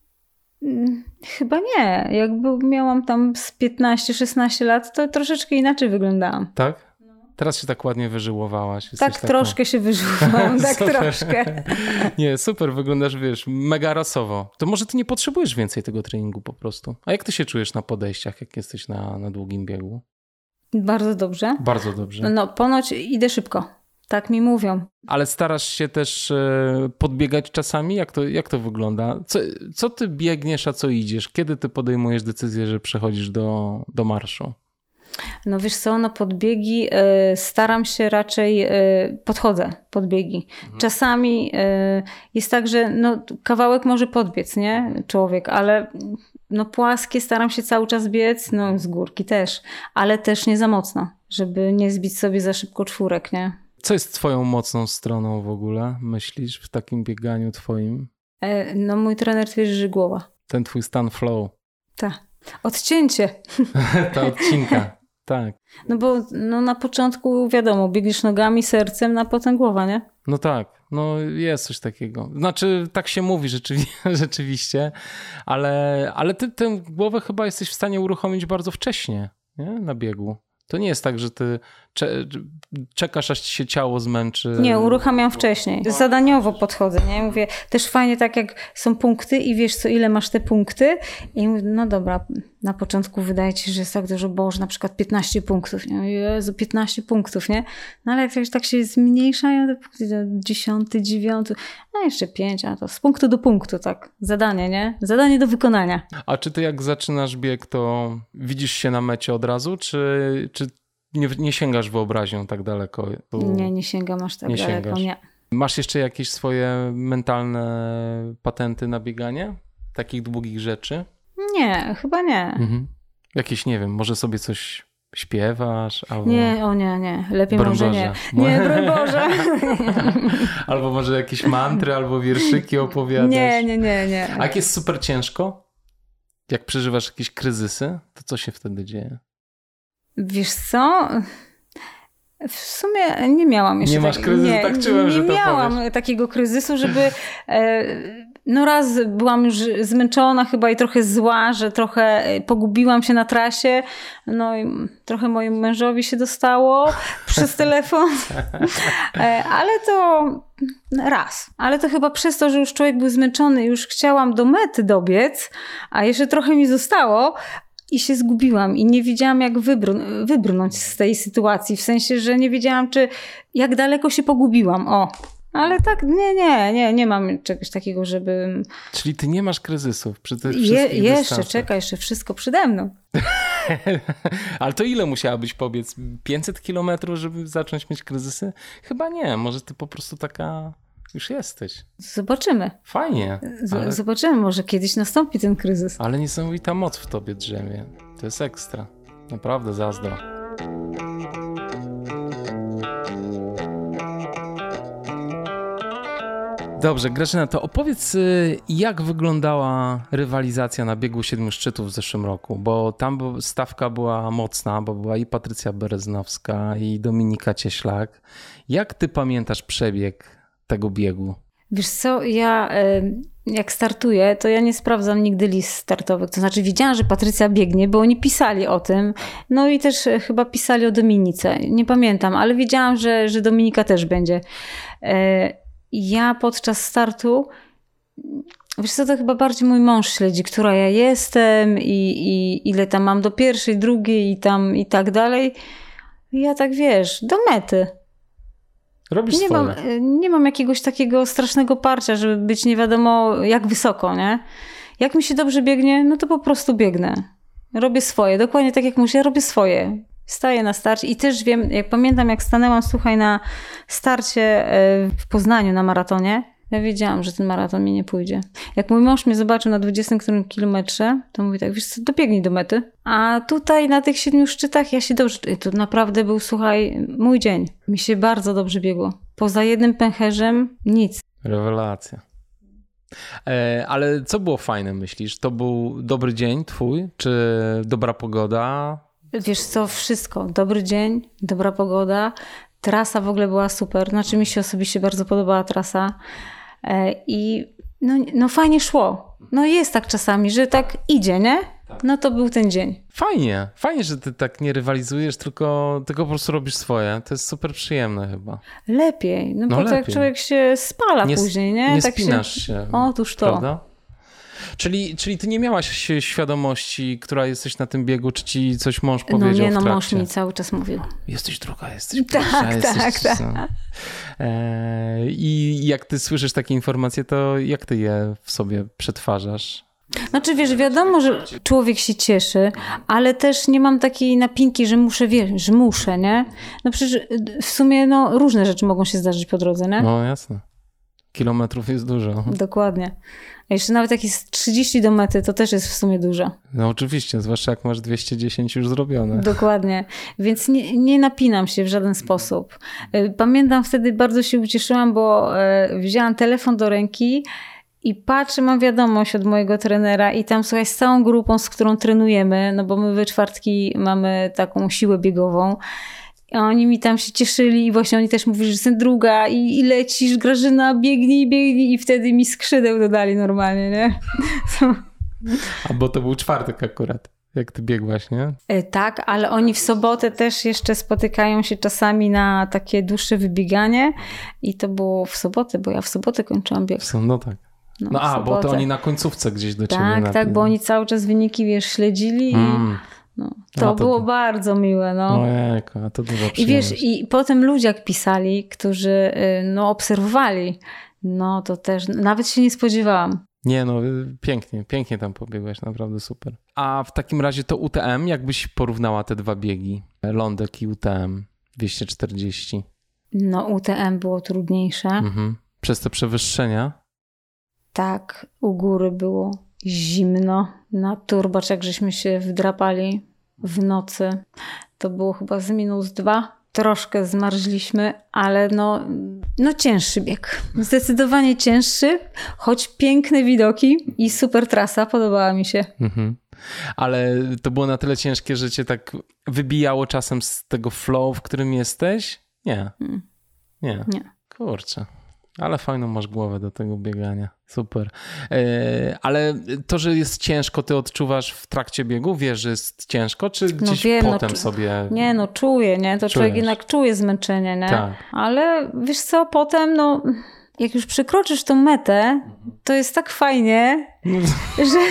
Chyba nie. Jakby miałam tam z 15-16 lat, to troszeczkę inaczej wyglądałam. Tak? Teraz się tak ładnie wyżyłowałaś. Tak troszkę się wyżyłowałam, tak troszkę. Nie, super, wyglądasz, wiesz, mega rasowo. To może ty nie potrzebujesz więcej tego treningu po prostu. A jak ty się czujesz na podejściach, jak jesteś na długim biegu? Bardzo dobrze. Bardzo dobrze. No, ponoć idę szybko. Tak mi mówią. Ale starasz się też podbiegać czasami? Jak to wygląda? Co ty biegniesz, a co idziesz? Kiedy ty podejmujesz decyzję, że przechodzisz do marszu? No wiesz co, no podbiegi staram się raczej, podchodzę pod biegi. Czasami jest tak, że no, kawałek może podbiec, nie? Człowiek, ale no płaskie staram się cały czas biec, no z górki też, ale też nie za mocno, żeby nie zbić sobie za szybko czwórek, nie? Co jest twoją mocną stroną w ogóle, myślisz, w takim bieganiu twoim? No mój trener twierdzi, że głowa. Ten twój stan flow. Tak. Odcięcie. Ta odcinka, tak. No bo no na początku wiadomo, biegniesz nogami, sercem, a potem głowa, nie? No tak, no jest coś takiego. Znaczy tak się mówi rzeczywiście, ale ty tę głowę chyba jesteś w stanie uruchomić bardzo wcześnie, nie? Na biegu. To nie jest tak, że ty czekasz, aż ci się ciało zmęczy. Nie, uruchamiam wcześniej. Zadaniowo podchodzę, nie? Mówię, też fajnie tak jak są punkty i wiesz co, ile masz te punkty i mówię, no dobra, na początku wydaje ci się, że jest tak dużo, bo już na przykład 15 punktów, nie? Jezu, 15 punktów, nie? No ale jak tak się zmniejszają te punkty, 10, 9, no jeszcze 5, a to z punktu do punktu, tak. Zadanie, nie? Zadanie do wykonania. A czy ty jak zaczynasz bieg, to widzisz się na mecie od razu, czy nie sięgasz wyobraźnią tak daleko? Nie sięgam aż tak daleko, nie. Masz jeszcze jakieś swoje mentalne patenty na bieganie? Takich długich rzeczy? Nie, chyba nie. Jakieś, nie wiem, może sobie coś śpiewasz? Albo... Nie. Lepiej broń może Boże. Nie, broń Boże. Albo może jakieś mantry, albo wierszyki opowiadasz? Nie. A jak jest super ciężko? Jak przeżywasz jakieś kryzysy, to co się wtedy dzieje? Wiesz co? W sumie nie miałam jeszcze... Nie masz kryzysu? Tak czułem, że to miałam powiesz. Takiego kryzysu, żeby... No raz byłam już zmęczona chyba i trochę zła, że trochę pogubiłam się na trasie. No i trochę mojemu mężowi się dostało przez telefon. Ale to raz. Ale to chyba przez to, że już człowiek był zmęczony, już chciałam do mety dobiec, a jeszcze trochę mi zostało. I się zgubiłam i nie wiedziałam, jak wybrnąć z tej sytuacji. W sensie, że nie wiedziałam, jak daleko się pogubiłam. Ale tak, nie mam czegoś takiego, żeby... Czyli ty nie masz kryzysów przy tych wszystkich Jeszcze, czekaj, jeszcze wszystko przede mną. Ale to ile musiałabyś pobiec? 500 kilometrów, żeby zacząć mieć kryzysy? Chyba nie, może ty po prostu taka już jesteś. Zobaczymy. Fajnie. Zobaczymy, może kiedyś nastąpi ten kryzys. Ale niesamowita moc w tobie drzemie. To jest ekstra. Naprawdę zazdro. Dobrze, Grażyna, to opowiedz, jak wyglądała rywalizacja na biegu 7 szczytów w zeszłym roku, bo tam stawka była mocna, bo była i Patrycja Bereznowska, i Dominika Cieślak. Jak ty pamiętasz przebieg tego biegu? Wiesz co, ja jak startuję, to ja nie sprawdzam nigdy list startowych. To znaczy widziałam, że Patrycja biegnie, bo oni pisali o tym. No i też chyba pisali o Dominice. Nie pamiętam, ale wiedziałam, że Dominika też będzie. Ja podczas startu, wiesz co, to chyba bardziej mój mąż śledzi, która ja jestem i ile tam mam do pierwszej, drugiej i tam i tak dalej. I ja tak, wiesz, do mety. Robisz swoje. Nie mam jakiegoś takiego strasznego parcia, żeby być nie wiadomo jak wysoko, nie? Jak mi się dobrze biegnie, no to po prostu biegnę. Robię swoje, dokładnie tak jak muszę, ja robię swoje. Staję na starcie i też wiem, jak pamiętam, jak stanęłam, słuchaj, na starcie w Poznaniu na maratonie, ja wiedziałam, że ten maraton mi nie pójdzie. Jak mój mąż mnie zobaczył na 20 kilometrze, to mówi tak, wiesz co, dobiegnij do mety. A tutaj na tych 7 szczytach ja się dobrze... To naprawdę był, słuchaj, mój dzień. Mi się bardzo dobrze biegło. Poza jednym pęcherzem nic. Rewelacja. Ale co było fajne, myślisz? To był dobry dzień twój? Czy dobra pogoda? Wiesz co, wszystko. Dobry dzień, dobra pogoda. Trasa w ogóle była super. Znaczy mi się osobiście bardzo podobała trasa. I no fajnie szło. No jest tak czasami, że tak idzie, nie? No to był ten dzień. Fajnie, że ty tak nie rywalizujesz, tylko po prostu robisz swoje. To jest super przyjemne chyba. Lepiej, no bo tak człowiek się spala później, nie? Nie tak spinasz się. Otóż to. Prawda? Czyli ty nie miałaś świadomości, która jesteś na tym biegu, czy ci coś mąż powiedział w trakcie? Mąż mi cały czas mówił. Jesteś druga, jesteś pierwsza. Tak. I jak ty słyszysz takie informacje, to jak ty je w sobie przetwarzasz? Znaczy wiesz, wiadomo, że człowiek się cieszy, ale też nie mam takiej napinki, że muszę, nie? No przecież w sumie różne rzeczy mogą się zdarzyć po drodze, nie? No jasne. Kilometrów jest dużo. Dokładnie. A jeszcze nawet jak jest 30 do mety, to też jest w sumie dużo. No oczywiście, zwłaszcza jak masz 210 już zrobione. Dokładnie. Więc nie napinam się w żaden sposób. Pamiętam wtedy bardzo się ucieszyłam, bo wzięłam telefon do ręki i patrzę, mam wiadomość od mojego trenera i tam słuchaj, z całą grupą, z którą trenujemy, no bo my we czwartki mamy taką siłę biegową. I oni mi tam się cieszyli i właśnie oni też mówili, że jestem druga i lecisz, Grażyna, biegnij i wtedy mi skrzydeł dodali normalnie, nie? A bo to był czwartek akurat, jak ty biegłaś, nie? Tak, ale oni w sobotę też jeszcze spotykają się czasami na takie dłuższe wybieganie i to było w sobotę, bo ja w sobotę kończyłam bieg. No tak. Bo to oni na końcówce gdzieś do ciebie Tak, bo oni cały czas wyniki, wiesz, śledzili i... To było bardzo miłe. Ojejku, a to dużo przyjemność. I wiesz, i potem ludzie jak pisali, którzy obserwowali, to też nawet się nie spodziewałam. Nie, pięknie tam pobiegłaś, naprawdę super. A w takim razie to UTM, jakbyś porównała te dwa biegi? Lądek i UTM 240. UTM było trudniejsze. Mhm. Przez te przewyższenia? Tak, u góry było zimno. Na turbaczek żeśmy się wdrapali w nocy. To było chyba z -2. Troszkę zmarzliśmy, ale cięższy bieg. Zdecydowanie cięższy, choć piękne widoki i super trasa, podobała mi się. Mhm. Ale to było na tyle ciężkie, że cię tak wybijało czasem z tego flow, w którym jesteś? Nie. Nie. Kurczę. Ale fajną masz głowę do tego biegania. Super. Ale to, że jest ciężko, ty odczuwasz w trakcie biegu? Wiesz, że jest ciężko? Czy gdzieś potem sobie... Nie, czuję, nie? To człowiek jednak czuje zmęczenie, nie? Tak. Ale wiesz co, potem, jak już przekroczysz tą metę, to jest tak fajnie, że...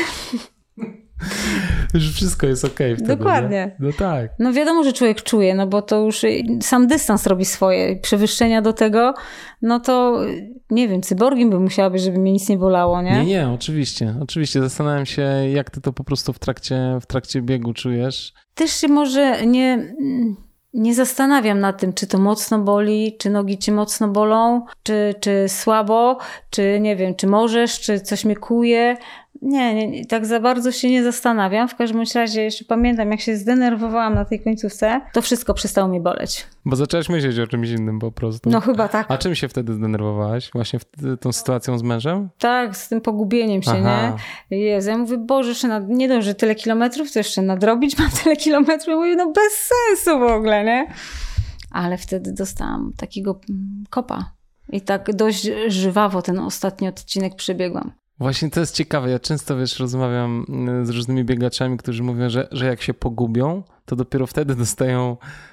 Już wszystko jest okej wtedy. Dokładnie. Nie? Tak. Wiadomo, że człowiek czuje, bo to już sam dystans robi swoje. Przewyższenia do tego, to nie wiem, cyborgiem bym musiała być, żeby mnie nic nie bolało, nie? Nie, oczywiście. Oczywiście. Zastanawiam się, jak ty to po prostu w trakcie biegu czujesz. Też się może nie zastanawiam nad tym, czy to mocno boli, czy nogi cię mocno bolą, czy słabo, czy nie wiem, czy możesz, czy coś mnie kuje. Nie, tak za bardzo się nie zastanawiam. W każdym razie jeszcze pamiętam, jak się zdenerwowałam na tej końcówce, to wszystko przestało mi boleć. Bo zaczęłaś myśleć o czymś innym po prostu. Chyba tak. A czym się wtedy zdenerwowałaś? Właśnie tą sytuacją z mężem? Tak, z tym pogubieniem się, nie? Jezu, ja mówię, Boże, jeszcze nie dość, że tyle kilometrów, to jeszcze nadrobić mam tyle kilometrów. Ja mówię, bez sensu w ogóle, nie? Ale wtedy dostałam takiego kopa. I tak dość żywawo ten ostatni odcinek przebiegłam. Właśnie to jest ciekawe. Ja często, rozmawiam z różnymi biegaczami, którzy mówią, że jak się pogubią, to dopiero wtedy dostają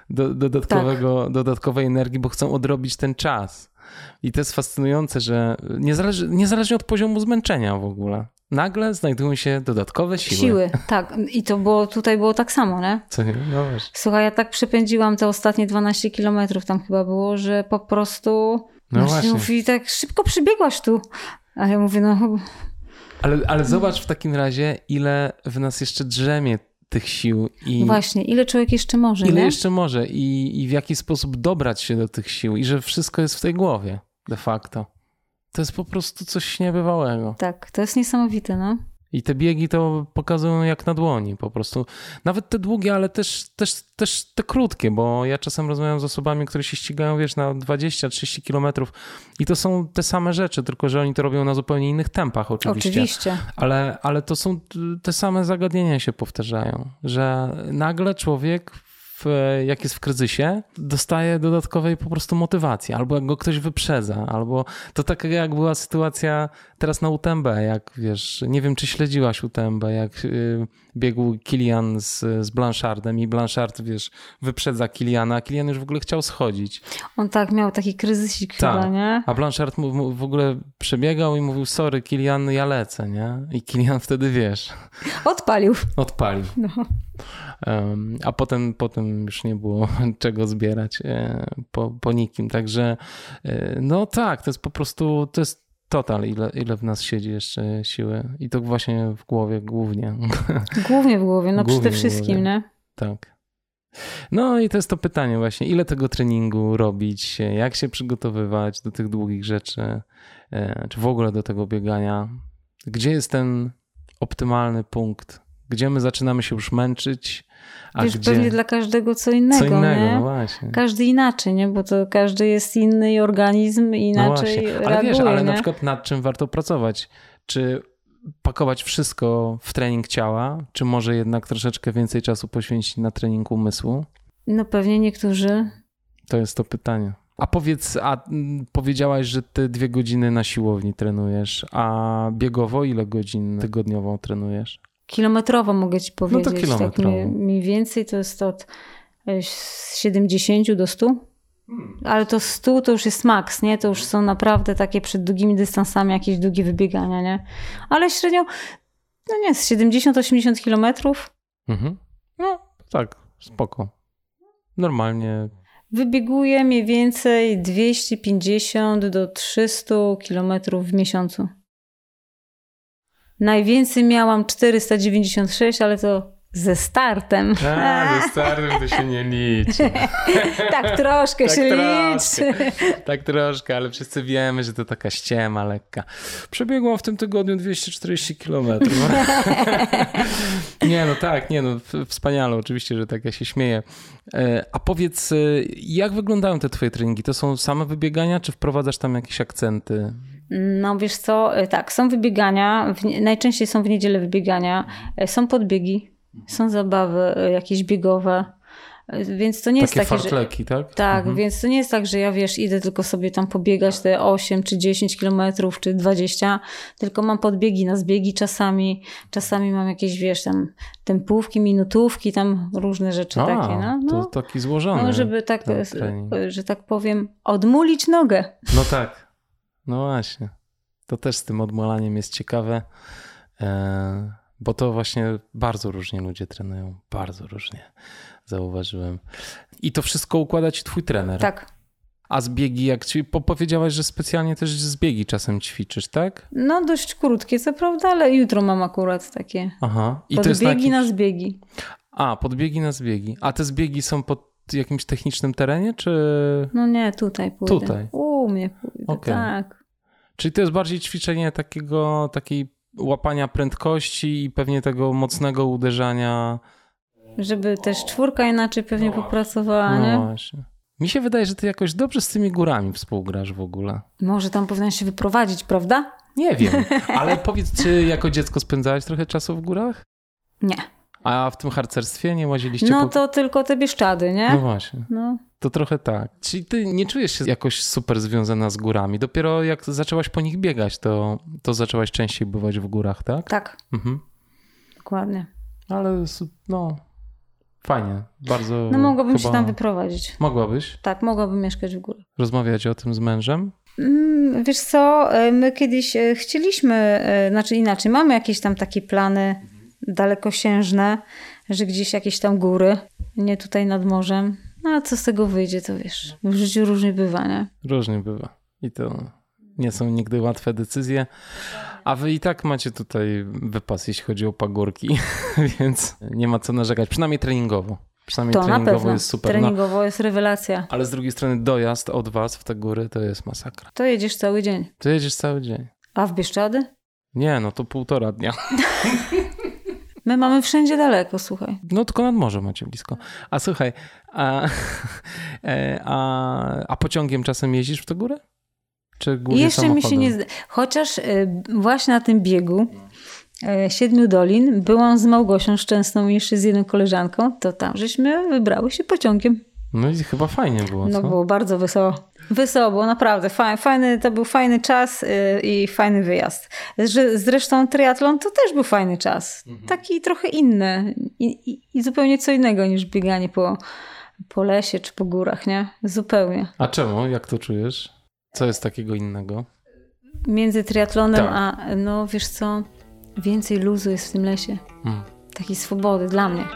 dodatkowej energii, bo chcą odrobić ten czas. I to jest fascynujące, że niezależnie od poziomu zmęczenia w ogóle, nagle znajdują się dodatkowe siły. Tak. I tutaj było tak samo, nie? Co nie? No właśnie. Słuchaj, ja tak przepędziłam te ostatnie 12 kilometrów tam chyba było, że po prostu... No właśnie. Mówi, tak szybko przybiegłaś tu. A ja mówię, no... Ale zobacz w takim razie, ile w nas jeszcze drzemie tych sił. Właśnie, ile człowiek jeszcze może, Ile nie? jeszcze może i w jaki sposób dobrać się do tych sił i że wszystko jest w tej głowie de facto. To jest po prostu coś niebywałego. Tak, to jest niesamowite, no. I te biegi to pokazują jak na dłoni po prostu. Nawet te długie, ale też te krótkie, bo ja czasem rozmawiam z osobami, które się ścigają, na 20-30 kilometrów i to są te same rzeczy, tylko że oni to robią na zupełnie innych tempach oczywiście. Ale to są te same zagadnienia się powtarzają, że nagle człowiek jak jest w kryzysie, dostaje dodatkowej po prostu motywacji, albo jak go ktoś wyprzedza, albo to tak jak była sytuacja teraz na UTMB, jak nie wiem czy śledziłaś UTMB, jak biegł Kilian z Blanchardem i Blanchard, wyprzedza Kiliana, a Kilian już w ogóle chciał schodzić. On tak miał taki kryzysik chyba, nie? A Blanchard w ogóle przebiegał i mówił, sorry Kilian, ja lecę, nie? I Kilian wtedy, Odpalił. No. A potem już nie było czego zbierać po nikim. Także no tak, to jest po prostu, to jest total, ile w nas siedzi jeszcze siły. I to właśnie w głowie głównie. Głównie w głowie, przede wszystkim, nie? Tak. No i to jest to pytanie właśnie, ile tego treningu robić, jak się przygotowywać do tych długich rzeczy, czy w ogóle do tego biegania. Gdzie jest ten optymalny punkt? Gdzie my zaczynamy się już męczyć, a gdzie... pewnie dla każdego co innego, nie? No właśnie. Każdy inaczej, nie? Bo to każdy jest inny i organizm inaczej reaguje, ale nie? na przykład nad czym warto pracować? Czy pakować wszystko w trening ciała, czy może jednak troszeczkę więcej czasu poświęcić na trening umysłu? No pewnie niektórzy. To jest to pytanie. A powiedziałaś, że ty 2 godziny na siłowni trenujesz, a biegowo ile godzin tygodniowo trenujesz? Kilometrowo mogę ci powiedzieć. No to kilometrowo. Tak mniej więcej to jest od 70 do 100. Ale to 100 to już jest maks, nie? To już są naprawdę takie przed długimi dystansami jakieś długie wybiegania, nie? Ale średnio, z 70-80 kilometrów. Mhm. No tak, spoko. Normalnie. Wybieguję mniej więcej 250 do 300 kilometrów w miesiącu. Najwięcej miałam 496, ale to ze startem. Ze startem to się nie liczy. Tak troszkę się liczy. Tak troszkę, ale wszyscy wiemy, że to taka ściema lekka. Przebiegłam w tym tygodniu 240 kilometrów. Wspaniale, oczywiście, że tak, ja się śmieję. A powiedz, jak wyglądają te twoje treningi? To są same wybiegania, czy wprowadzasz tam jakieś akcenty? No wiesz co, tak, są wybiegania, najczęściej są w niedzielę wybiegania, są podbiegi, są zabawy jakieś biegowe, więc to nie jest takie, fartleki, tak? Tak, więc to nie jest tak, że ja idę tylko sobie tam pobiegać te 8 czy 10 kilometrów czy 20, tylko mam podbiegi na zbiegi czasami mam jakieś, tam tempówki, minutówki, tam różne rzeczy takie. To taki złożony. No, żeby tak, że tak powiem, odmulić nogę. No tak. No właśnie. To też z tym odmulaniem jest ciekawe, bo to właśnie bardzo różnie ludzie trenują. Bardzo różnie. Zauważyłem. I to wszystko układa ci twój trener. Tak. A zbiegi, powiedziałaś, że specjalnie też zbiegi czasem ćwiczysz, tak? No dość krótkie, co prawda, ale jutro mam akurat takie. Aha. I podbiegi na zbiegi. Podbiegi na zbiegi. A te zbiegi są pod jakimś technicznym terenie, czy... No nie, tutaj pójdę. Tutaj? U mnie pójdę, tak. Czyli to jest bardziej ćwiczenie takiej łapania prędkości i pewnie tego mocnego uderzania. Żeby też czwórka inaczej pewnie popracowała, nie? No właśnie. Mi się wydaje, że ty jakoś dobrze z tymi górami współgrasz w ogóle. Może tam powinien się wyprowadzić, prawda? Nie wiem, ale powiedz, czy jako dziecko spędzałeś trochę czasu w górach? Nie. A w tym harcerstwie nie łaziliście? No to tylko te Bieszczady, nie? No właśnie. No. To trochę tak. Czyli ty nie czujesz się jakoś super związana z górami. Dopiero jak zaczęłaś po nich biegać, to zaczęłaś częściej bywać w górach, tak? Tak. Dokładnie. Ale fajnie. Bardzo. No mogłabym się tam wyprowadzić. Mogłabyś? Tak, mogłabym mieszkać w górach. Rozmawiać o tym z mężem? Wiesz co, my kiedyś chcieliśmy, znaczy inaczej, mamy jakieś tam takie plany dalekosiężne, że gdzieś jakieś tam góry, nie tutaj nad morzem. No a co z tego wyjdzie, to wiesz, w życiu różnie bywa, nie? Różnie bywa. I to nie są nigdy łatwe decyzje. A wy i tak macie tutaj wypas, jeśli chodzi o pagórki, więc nie ma co narzekać. Przynajmniej treningowo. Przynajmniej to treningowo na pewno. Jest super. Treningowo jest rewelacja. Ale z drugiej strony dojazd od was w te góry to jest masakra. To jedziesz cały dzień. To jedziesz cały dzień. A w Bieszczady? Nie, to 1,5 dnia. My mamy wszędzie daleko, słuchaj. No tylko nad morze macie blisko. A słuchaj, a pociągiem czasem jeździsz w tę górę? Czy głównie jeszcze samochodem? Mi się nie... Chociaż właśnie na tym biegu 7 dolin byłam z Małgosią Szczęsną i jeszcze z jedną koleżanką, to tam żeśmy wybrały się pociągiem. No i chyba fajnie było, co? No było bardzo wesoło. Wesoło było, naprawdę. Fajny, to był fajny czas i fajny wyjazd. Zresztą triatlon to też był fajny czas. Taki trochę inny i zupełnie co innego niż bieganie po lesie czy po górach, nie? Zupełnie. A czemu? Jak to czujesz? Co jest takiego innego? Między triatlonem tak. a wiesz co, więcej luzu jest w tym lesie. Takiej swobody dla mnie.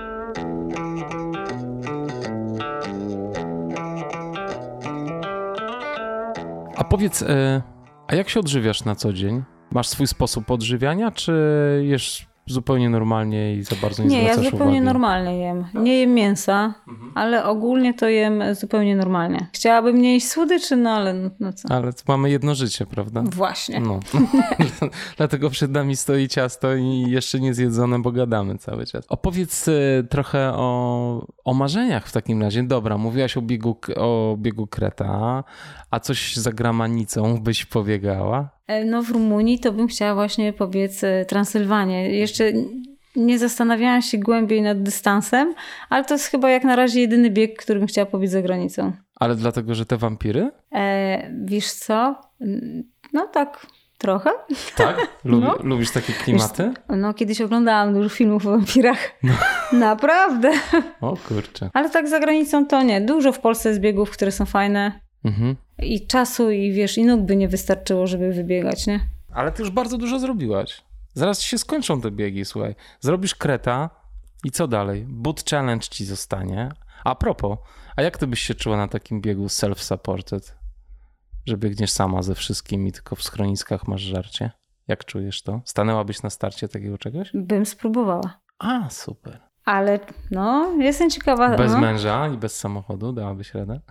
A powiedz, a jak się odżywiasz na co dzień? Masz swój sposób odżywiania, czy jesz zupełnie normalnie i za bardzo nie zwracasz uwagi? Nie, ja zupełnie normalnie jem. Nie jem mięsa, ale ogólnie to jem zupełnie normalnie. Chciałabym nie jeść słodyczy, no ale no co? Ale mamy jedno życie, prawda? Właśnie. No. Dlatego przed nami stoi ciasto i jeszcze nie zjedzone, bo gadamy cały czas. Opowiedz trochę o marzeniach w takim razie. Dobra, mówiłaś o biegu Kreta, a coś za granicą byś pobiegała? No w Rumunii to bym chciała właśnie pobiec Transylwanię. Jeszcze nie zastanawiałam się głębiej nad dystansem, ale to jest chyba jak na razie jedyny bieg, który bym chciała pobiec za granicą. Ale dlatego, że te wampiry? Wiesz co? No tak, trochę. Tak? Lubisz takie klimaty? No kiedyś oglądałam dużo filmów o wampirach. No. Naprawdę. O kurczę. Ale tak za granicą to nie. Dużo w Polsce jest biegów, które są fajne. I czasu i wiesz, i nóg by nie wystarczyło, żeby wybiegać, nie? Ale ty już bardzo dużo zrobiłaś. Zaraz się skończą te biegi, słuchaj. Zrobisz Kreta i co dalej? Boot Challenge ci zostanie. A propos, a jak ty byś się czuła na takim biegu self-supported? Że biegniesz sama ze wszystkimi, tylko w schroniskach masz żarcie? Jak czujesz to? Stanęłabyś na starcie takiego czegoś? Bym spróbowała. A, super. Ale jestem ciekawa. Bez męża i bez samochodu dałabyś radę?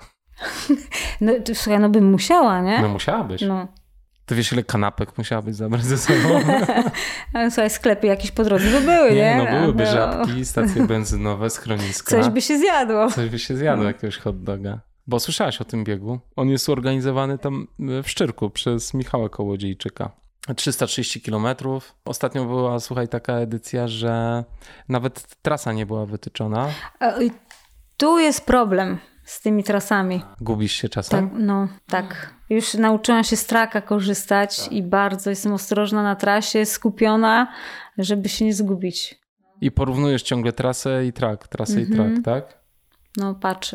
No słuchaj, bym musiała, nie? No musiałabyś. No. Ty wiesz, ile kanapek musiałabyś zabrać ze sobą? Ale słuchaj, sklepy jakieś po drodze by były, nie? No byłyby żabki, stacje benzynowe, schroniska. Coś by się zjadło. Coś by się zjadło, jakiegoś hot doga. Bo słyszałaś o tym biegu. On jest organizowany tam w Szczyrku przez Michała Kołodziejczyka. 330 kilometrów. Ostatnio była, słuchaj, taka edycja, że nawet trasa nie była wytyczona. Tu jest problem z tymi trasami. Gubisz się czasem? Tak, tak. Już nauczyłam się z traka korzystać i bardzo jestem ostrożna na trasie, skupiona, żeby się nie zgubić. I porównujesz ciągle trasę i trak, tak? No, patrzę.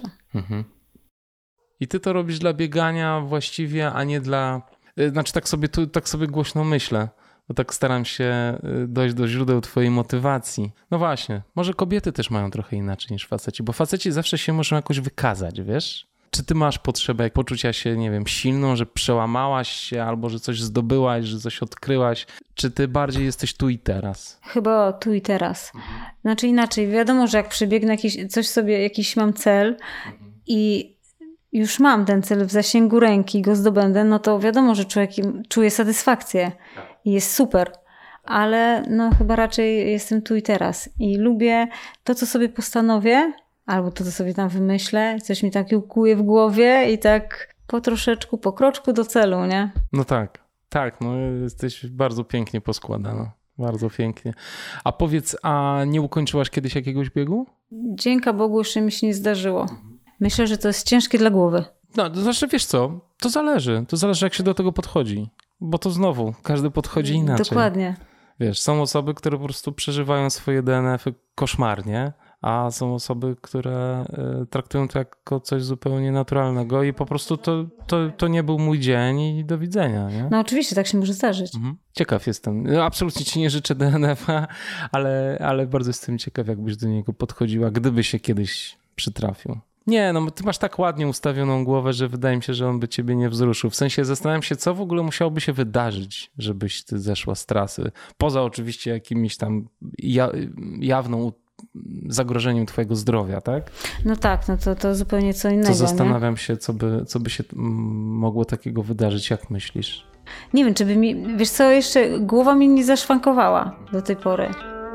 I ty to robisz dla biegania właściwie, a nie dla... Znaczy tak sobie głośno myślę, bo tak staram się dojść do źródeł twojej motywacji. No właśnie, może kobiety też mają trochę inaczej niż faceci, bo faceci zawsze się muszą jakoś wykazać, wiesz? Czy ty masz potrzebę poczucia się, nie wiem, silną, że przełamałaś się albo że coś zdobyłaś, że coś odkryłaś? Czy ty bardziej jesteś tu i teraz? Chyba tu i teraz. Znaczy inaczej, wiadomo, że jak przebiegnę jakiś mam cel i już mam ten cel w zasięgu ręki, go zdobędę, no to wiadomo, że człowiek czuje satysfakcję i jest super. Ale chyba raczej jestem tu i teraz i lubię to, co sobie postanowię, albo to, co sobie tam wymyślę, coś mi tak kiełkuje w głowie i tak po troszeczku, po kroczku do celu, nie? No tak, jesteś bardzo pięknie poskładana, bardzo pięknie. A powiedz, a nie ukończyłaś kiedyś jakiegoś biegu? Dzięki Bogu jeszcze mi się nie zdarzyło. Myślę, że to jest ciężkie dla głowy. No, to znaczy, wiesz co, to zależy jak się do tego podchodzi, bo to znowu, każdy podchodzi inaczej. Dokładnie. Wiesz, są osoby, które po prostu przeżywają swoje DNF-y koszmarnie, a są osoby, które traktują to jako coś zupełnie naturalnego i po prostu to nie był mój dzień i do widzenia, nie? No oczywiście, tak się może zdarzyć. Ciekaw jestem. Absolutnie ci nie życzę DNF-a, ale bardzo jestem ciekaw, jakbyś do niego podchodziła, gdyby się kiedyś przytrafił. Nie, no ty masz tak ładnie ustawioną głowę, że wydaje mi się, że on by ciebie nie wzruszył. W sensie zastanawiam się, co w ogóle musiałoby się wydarzyć, żebyś ty zeszła z trasy. Poza oczywiście jakimiś tam jawną zagrożeniem twojego zdrowia, tak? No tak, no to zupełnie co innego. To zastanawiam się, co by się mogło takiego wydarzyć, jak myślisz? Nie wiem, czy by mi... Wiesz co, jeszcze głowa mi nie zaszwankowała do tej pory.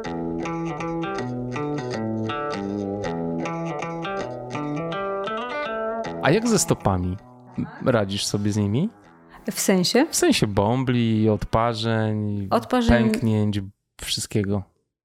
A jak ze stopami? Radzisz sobie z nimi? W sensie? W sensie bąbli, odparzeń, pęknięć, wszystkiego.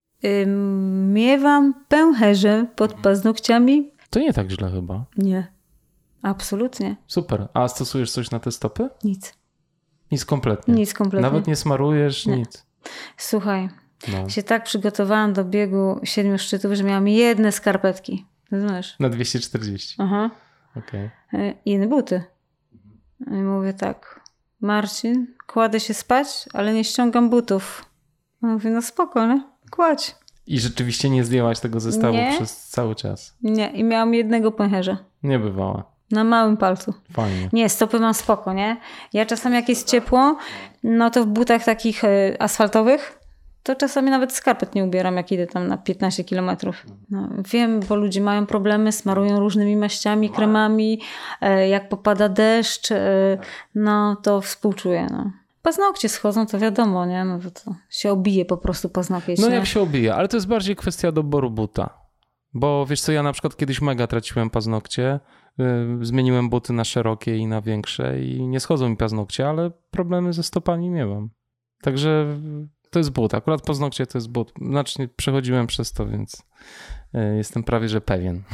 Miewam pęcherze pod paznokciami. To nie tak źle chyba. Nie, absolutnie. Super. A stosujesz coś na te stopy? Nic. Nic kompletnie? Nic kompletnie. Nawet nie smarujesz? Nie. Nic? Słuchaj, się tak przygotowałam do biegu 7 szczytów, że miałam jedne skarpetki. Rozumiesz? Na 240? Aha. Okej. Jedne buty. I mówię tak, Marcin, kładę się spać, ale nie ściągam butów. Mówię, no spoko, nie? Kładź. I rzeczywiście nie zdjęłaś tego zestawu przez cały czas? Nie, i miałam jednego pęcherza. Nie bywała. Na małym palcu. Fajnie. Nie, stopy mam spoko, nie? Ja czasami jak jest ciepło, no to w butach takich asfaltowych, to czasami nawet skarpet nie ubieram, jak idę tam na 15 kilometrów. No, wiem, bo ludzie mają problemy, smarują różnymi maściami, kremami, jak popada deszcz, no to współczuję, no. Paznokcie schodzą, to wiadomo, nie? No to się obije po prostu paznokieć. No jak się obije, ale to jest bardziej kwestia doboru buta. Bo wiesz co, ja na przykład kiedyś mega traciłem paznokcie, zmieniłem buty na szerokie i na większe i nie schodzą mi paznokcie, ale problemy ze stopami miałem. Także to jest but. Akurat paznokcie to jest but. Znaczy przechodziłem przez to, więc jestem prawie że pewien.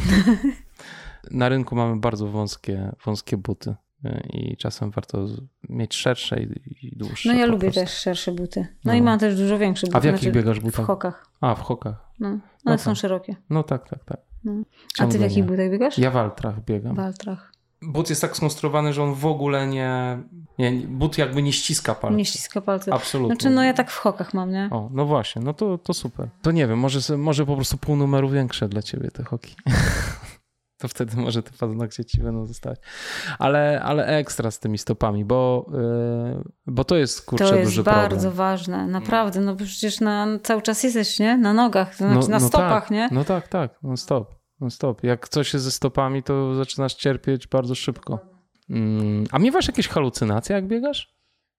Na rynku mamy bardzo wąskie buty i czasem warto mieć szersze i dłuższe. No ja lubię też szersze buty. No i mam też dużo większe buty. A w jakich biegasz butach? W hokach. A, w hokach. No, one są szerokie. No tak. No. A ty w jakich butach biegasz? Ja w Altrach biegam. W Altrach. But jest tak skonstruowany, że on w ogóle nie but jakby nie ściska palców. Nie ściska palców. Absolutnie. Znaczy no ja tak w hokach mam, nie? O, no właśnie, no to super. To nie wiem, może po prostu pół numeru większe dla ciebie te hoki. To wtedy może te paznokcie ci będą zostawać. Ale ekstra z tymi stopami, bo to jest duży problem. To jest bardzo ważne, naprawdę. No przecież cały czas jesteś, nie? Na nogach, to znaczy na stopach, tak, nie? No tak, non stop. Jak coś jest ze stopami, to zaczynasz cierpieć bardzo szybko. A miewasz jakieś halucynacje, jak biegasz?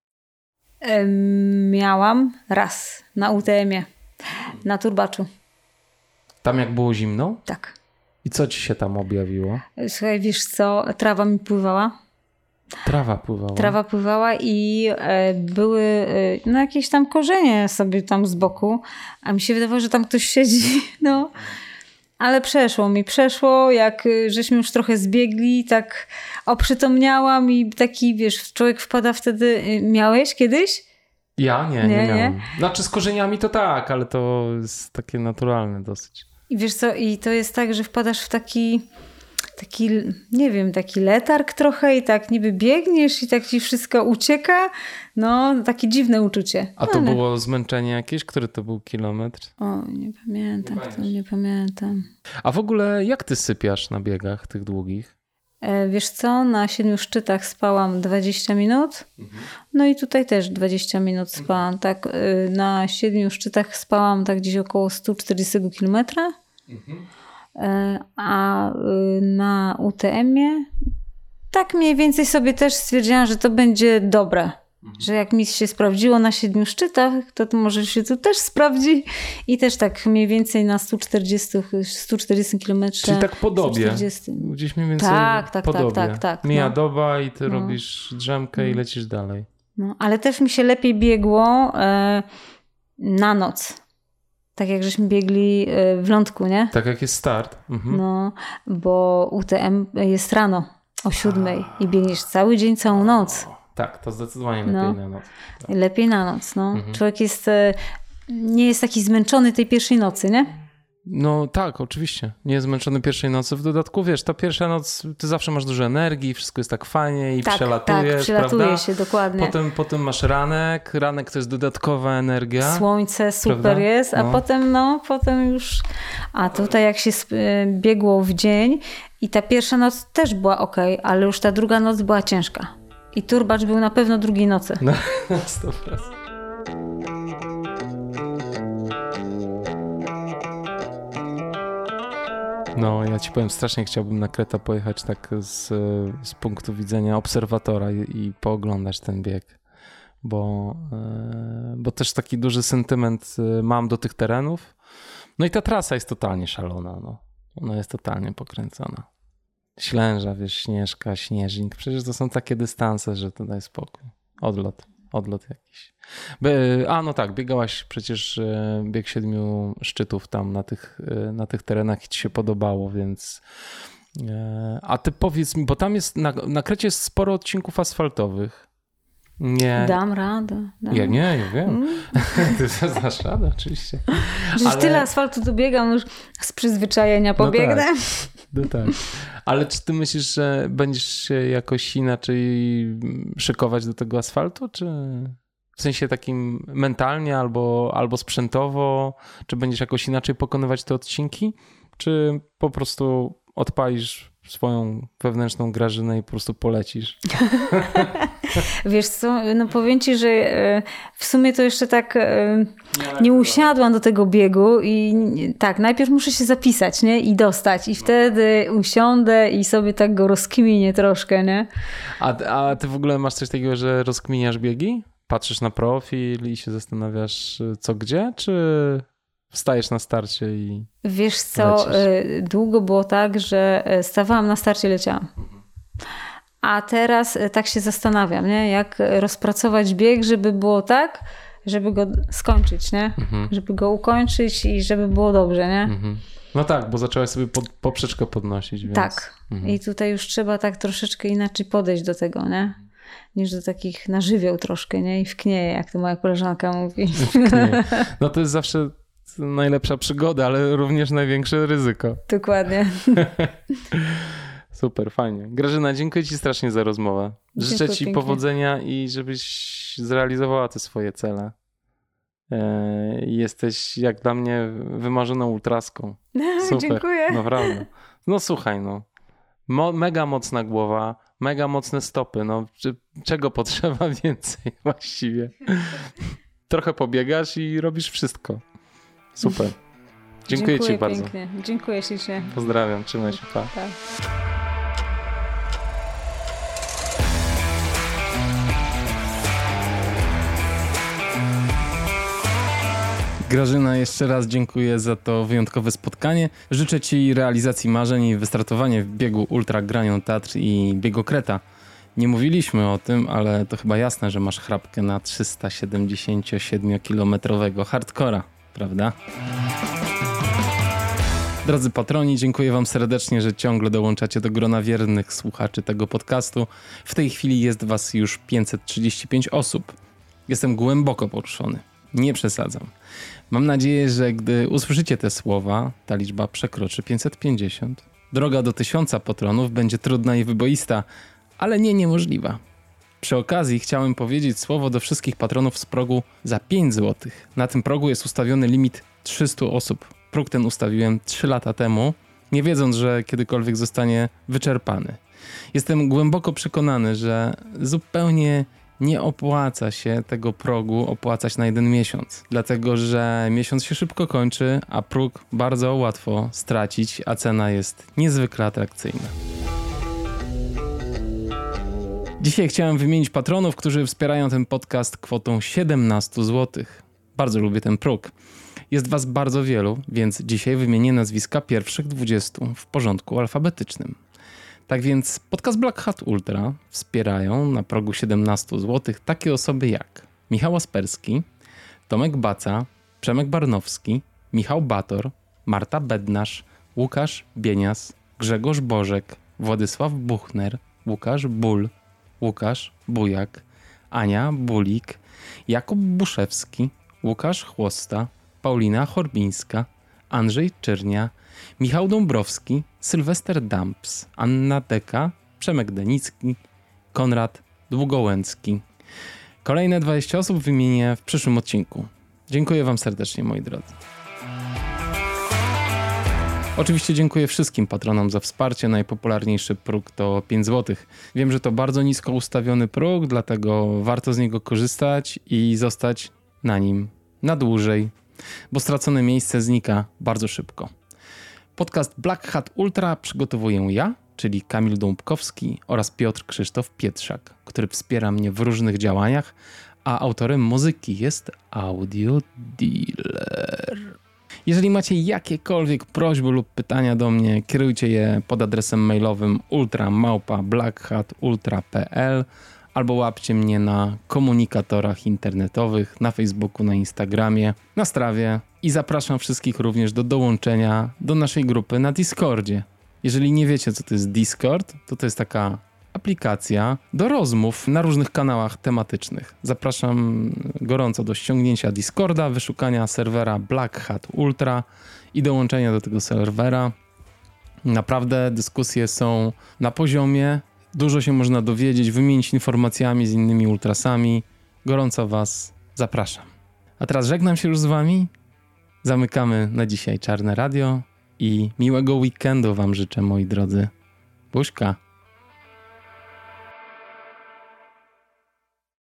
Miałam raz na UTM-ie, na Turbaczu. Tam jak było zimno? Tak. I co ci się tam objawiło? Słuchaj, wiesz co? Trawa mi pływała. Trawa pływała i były jakieś tam korzenie sobie tam z boku, a mi się wydawało, że tam ktoś siedzi, no. Ale przeszło, jak żeśmy już trochę zbiegli, tak oprzytomniałam i taki, wiesz, człowiek wpada wtedy. Miałeś kiedyś? Ja? Nie miałem. Znaczy z korzeniami to tak, ale to jest takie naturalne dosyć. I wiesz co, i to jest tak, że wpadasz w taki, nie wiem, taki letarg trochę i tak niby biegniesz i tak ci wszystko ucieka. No, takie dziwne uczucie. A to było zmęczenie jakieś? Który to był kilometr? O, nie pamiętam. A w ogóle jak ty sypiasz na biegach tych długich? Wiesz co, na 7 szczytach spałam 20 minut. No i tutaj też 20 minut spałam. Tak, na 7 szczytach spałam tak gdzieś około 140 kilometra. A na UTM-ie tak mniej więcej sobie też stwierdziłam, że to będzie dobre. Że jak mi się sprawdziło na 7 szczytach, to może się to też sprawdzi. I też tak mniej więcej na 140 km. Czyli tak podobie. Gdzieś mniej więcej podobie. Tak. Mija doba i ty robisz drzemkę i lecisz dalej. No, ale też mi się lepiej biegło na noc. Tak jak żeśmy biegli w lądku, nie? Tak jak jest start. Mhm. No, bo UTM jest rano o 7 i biegniesz cały dzień, całą noc. Tak, to zdecydowanie lepiej na noc. Tak. Lepiej na noc, no. Człowiek nie jest taki zmęczony tej pierwszej nocy, nie? No tak, oczywiście. Nie jest zmęczony pierwszej nocy. W dodatku, wiesz, ta pierwsza noc, ty zawsze masz dużo energii, wszystko jest tak fajnie i przelatujesz, tak, przelatuje prawda? się, dokładnie. Potem masz ranek. Ranek to jest dodatkowa energia. Słońce super prawda? jest, a potem już... A tutaj jak się biegło w dzień i ta pierwsza noc też była okej, ale już ta druga noc była ciężka. I turbacz był na pewno drugiej nocy. No, 100%. No, ja ci powiem, strasznie chciałbym na Kreta pojechać tak z punktu widzenia obserwatora i pooglądać ten bieg, bo też taki duży sentyment mam do tych terenów. No i ta trasa jest totalnie szalona, no. Ona jest totalnie pokręcona. Ślęża, wiesz, Śnieżka, Śnieżnik, przecież to są takie dystanse, że to daj spokój. Odlot jakiś. No tak, biegałaś przecież bieg 7 szczytów tam na tych terenach i ci się podobało, więc... A ty powiedz mi, bo tam jest, na Krecie jest sporo odcinków asfaltowych. Nie. Dam radę. Ja wiem. Ty znasz radę, oczywiście. Przecież tyle asfaltu tu biegam, już z przyzwyczajenia pobiegnę. No tak. Ale czy ty myślisz, że będziesz się jakoś inaczej szykować do tego asfaltu, czy w sensie takim mentalnie albo sprzętowo, czy będziesz jakoś inaczej pokonywać te odcinki, czy po prostu odpalisz swoją wewnętrzną Grażynę i po prostu polecisz? Wiesz co, no powiem ci, że w sumie to jeszcze tak nie usiadłam do tego biegu i tak, najpierw muszę się zapisać, nie? I dostać. I wtedy usiądę i sobie tak go rozkminię troszkę, nie? A ty w ogóle masz coś takiego, że rozkminiasz biegi? Patrzysz na profil i się zastanawiasz co gdzie, czy wstajesz na starcie i wiesz co, długo było tak, że stawałam na starcie, leciałam. A teraz tak się zastanawiam, nie? Jak rozpracować bieg, żeby było tak, żeby go skończyć, nie? Żeby go ukończyć i żeby było dobrze, nie? No tak, bo zaczęłaś sobie poprzeczkę podnosić. Więc... Tak. I tutaj już trzeba tak troszeczkę inaczej podejść do tego, nie? Niż do takich na żywioł troszkę, nie? I w knieje, jak to moja koleżanka mówi. No to jest zawsze najlepsza przygoda, ale również największe ryzyko. Dokładnie. Super, fajnie. Grażyna, dziękuję ci strasznie za rozmowę. Życzę ci powodzenia i żebyś zrealizowała te swoje cele. Jesteś jak dla mnie wymarzoną ultraską. Super. Dziękuję. Naprawdę. No słuchaj, no. Mega mocna głowa, mega mocne stopy. No, czego potrzeba więcej właściwie? Trochę pobiegasz i robisz wszystko. Super. Dziękuję ci bardzo. Pięknie. Dziękuję ślicznie. Pozdrawiam, trzymaj się. Pa. Tak. Grażyna, jeszcze raz dziękuję za to wyjątkowe spotkanie. Życzę ci realizacji marzeń i wystartowanie w biegu Ultra Granion Tatr i biegu Kreta. Nie mówiliśmy o tym, ale to chyba jasne, że masz chrapkę na 377-kilometrowego hardcora, prawda? Drodzy patroni, dziękuję wam serdecznie, że ciągle dołączacie do grona wiernych słuchaczy tego podcastu. W tej chwili jest was już 535 osób. Jestem głęboko poruszony. Nie przesadzam. Mam nadzieję, że gdy usłyszycie te słowa, ta liczba przekroczy 550. Droga do 1000 patronów będzie trudna i wyboista, ale nie niemożliwa. Przy okazji chciałem powiedzieć słowo do wszystkich patronów z progu za 5 zł. Na tym progu jest ustawiony limit 300 osób. Próg ten ustawiłem 3 lata temu, nie wiedząc, że kiedykolwiek zostanie wyczerpany. Jestem głęboko przekonany, że zupełnie nie opłaca się tego progu opłacać na 1 miesiąc, dlatego że miesiąc się szybko kończy, a próg bardzo łatwo stracić, a cena jest niezwykle atrakcyjna. Dzisiaj chciałem wymienić patronów, którzy wspierają ten podcast kwotą 17 zł. Bardzo lubię ten próg. Jest was bardzo wielu, więc dzisiaj wymienię nazwiska pierwszych 20 w porządku alfabetycznym. Tak więc podcast Black Hat Ultra wspierają na progu 17 zł takie osoby jak Michał Asperski, Tomek Baca, Przemek Barnowski, Michał Bator, Marta Bednarz, Łukasz Bienias, Grzegorz Bożek, Władysław Buchner, Łukasz Ból, Łukasz Bujak, Ania Bulik, Jakub Buszewski, Łukasz Chłosta, Paulina Chorbińska, Andrzej Czyrnia, Michał Dąbrowski, Sylwester Damps, Anna Deka, Przemek Denicki, Konrad Długołęcki. Kolejne 20 osób wymienię w przyszłym odcinku. Dziękuję wam serdecznie, moi drodzy. Oczywiście dziękuję wszystkim patronom za wsparcie. Najpopularniejszy próg to 5 zł. Wiem, że to bardzo nisko ustawiony próg, dlatego warto z niego korzystać i zostać na nim na dłużej, bo stracone miejsce znika bardzo szybko. Podcast Black Hat Ultra przygotowuję ja, czyli Kamil Dąbkowski oraz Piotr Krzysztof Pietrzak, który wspiera mnie w różnych działaniach, a autorem muzyki jest Audio Dealer. Jeżeli macie jakiekolwiek prośby lub pytania do mnie, kierujcie je pod adresem mailowym ultra@blackhatultra.pl albo łapcie mnie na komunikatorach internetowych, na Facebooku, na Instagramie, na Strawie i zapraszam wszystkich również do dołączenia do naszej grupy na Discordzie. Jeżeli nie wiecie, co to jest Discord, to jest taka aplikacja do rozmów na różnych kanałach tematycznych. Zapraszam gorąco do ściągnięcia Discorda, wyszukania serwera Black Hat Ultra i dołączenia do tego serwera. Naprawdę dyskusje są na poziomie, dużo się można dowiedzieć, wymienić informacjami z innymi ultrasami. Gorąco was zapraszam. A teraz żegnam się już z wami. Zamykamy na dzisiaj Czarne Radio i miłego weekendu wam życzę, moi drodzy. Buźka.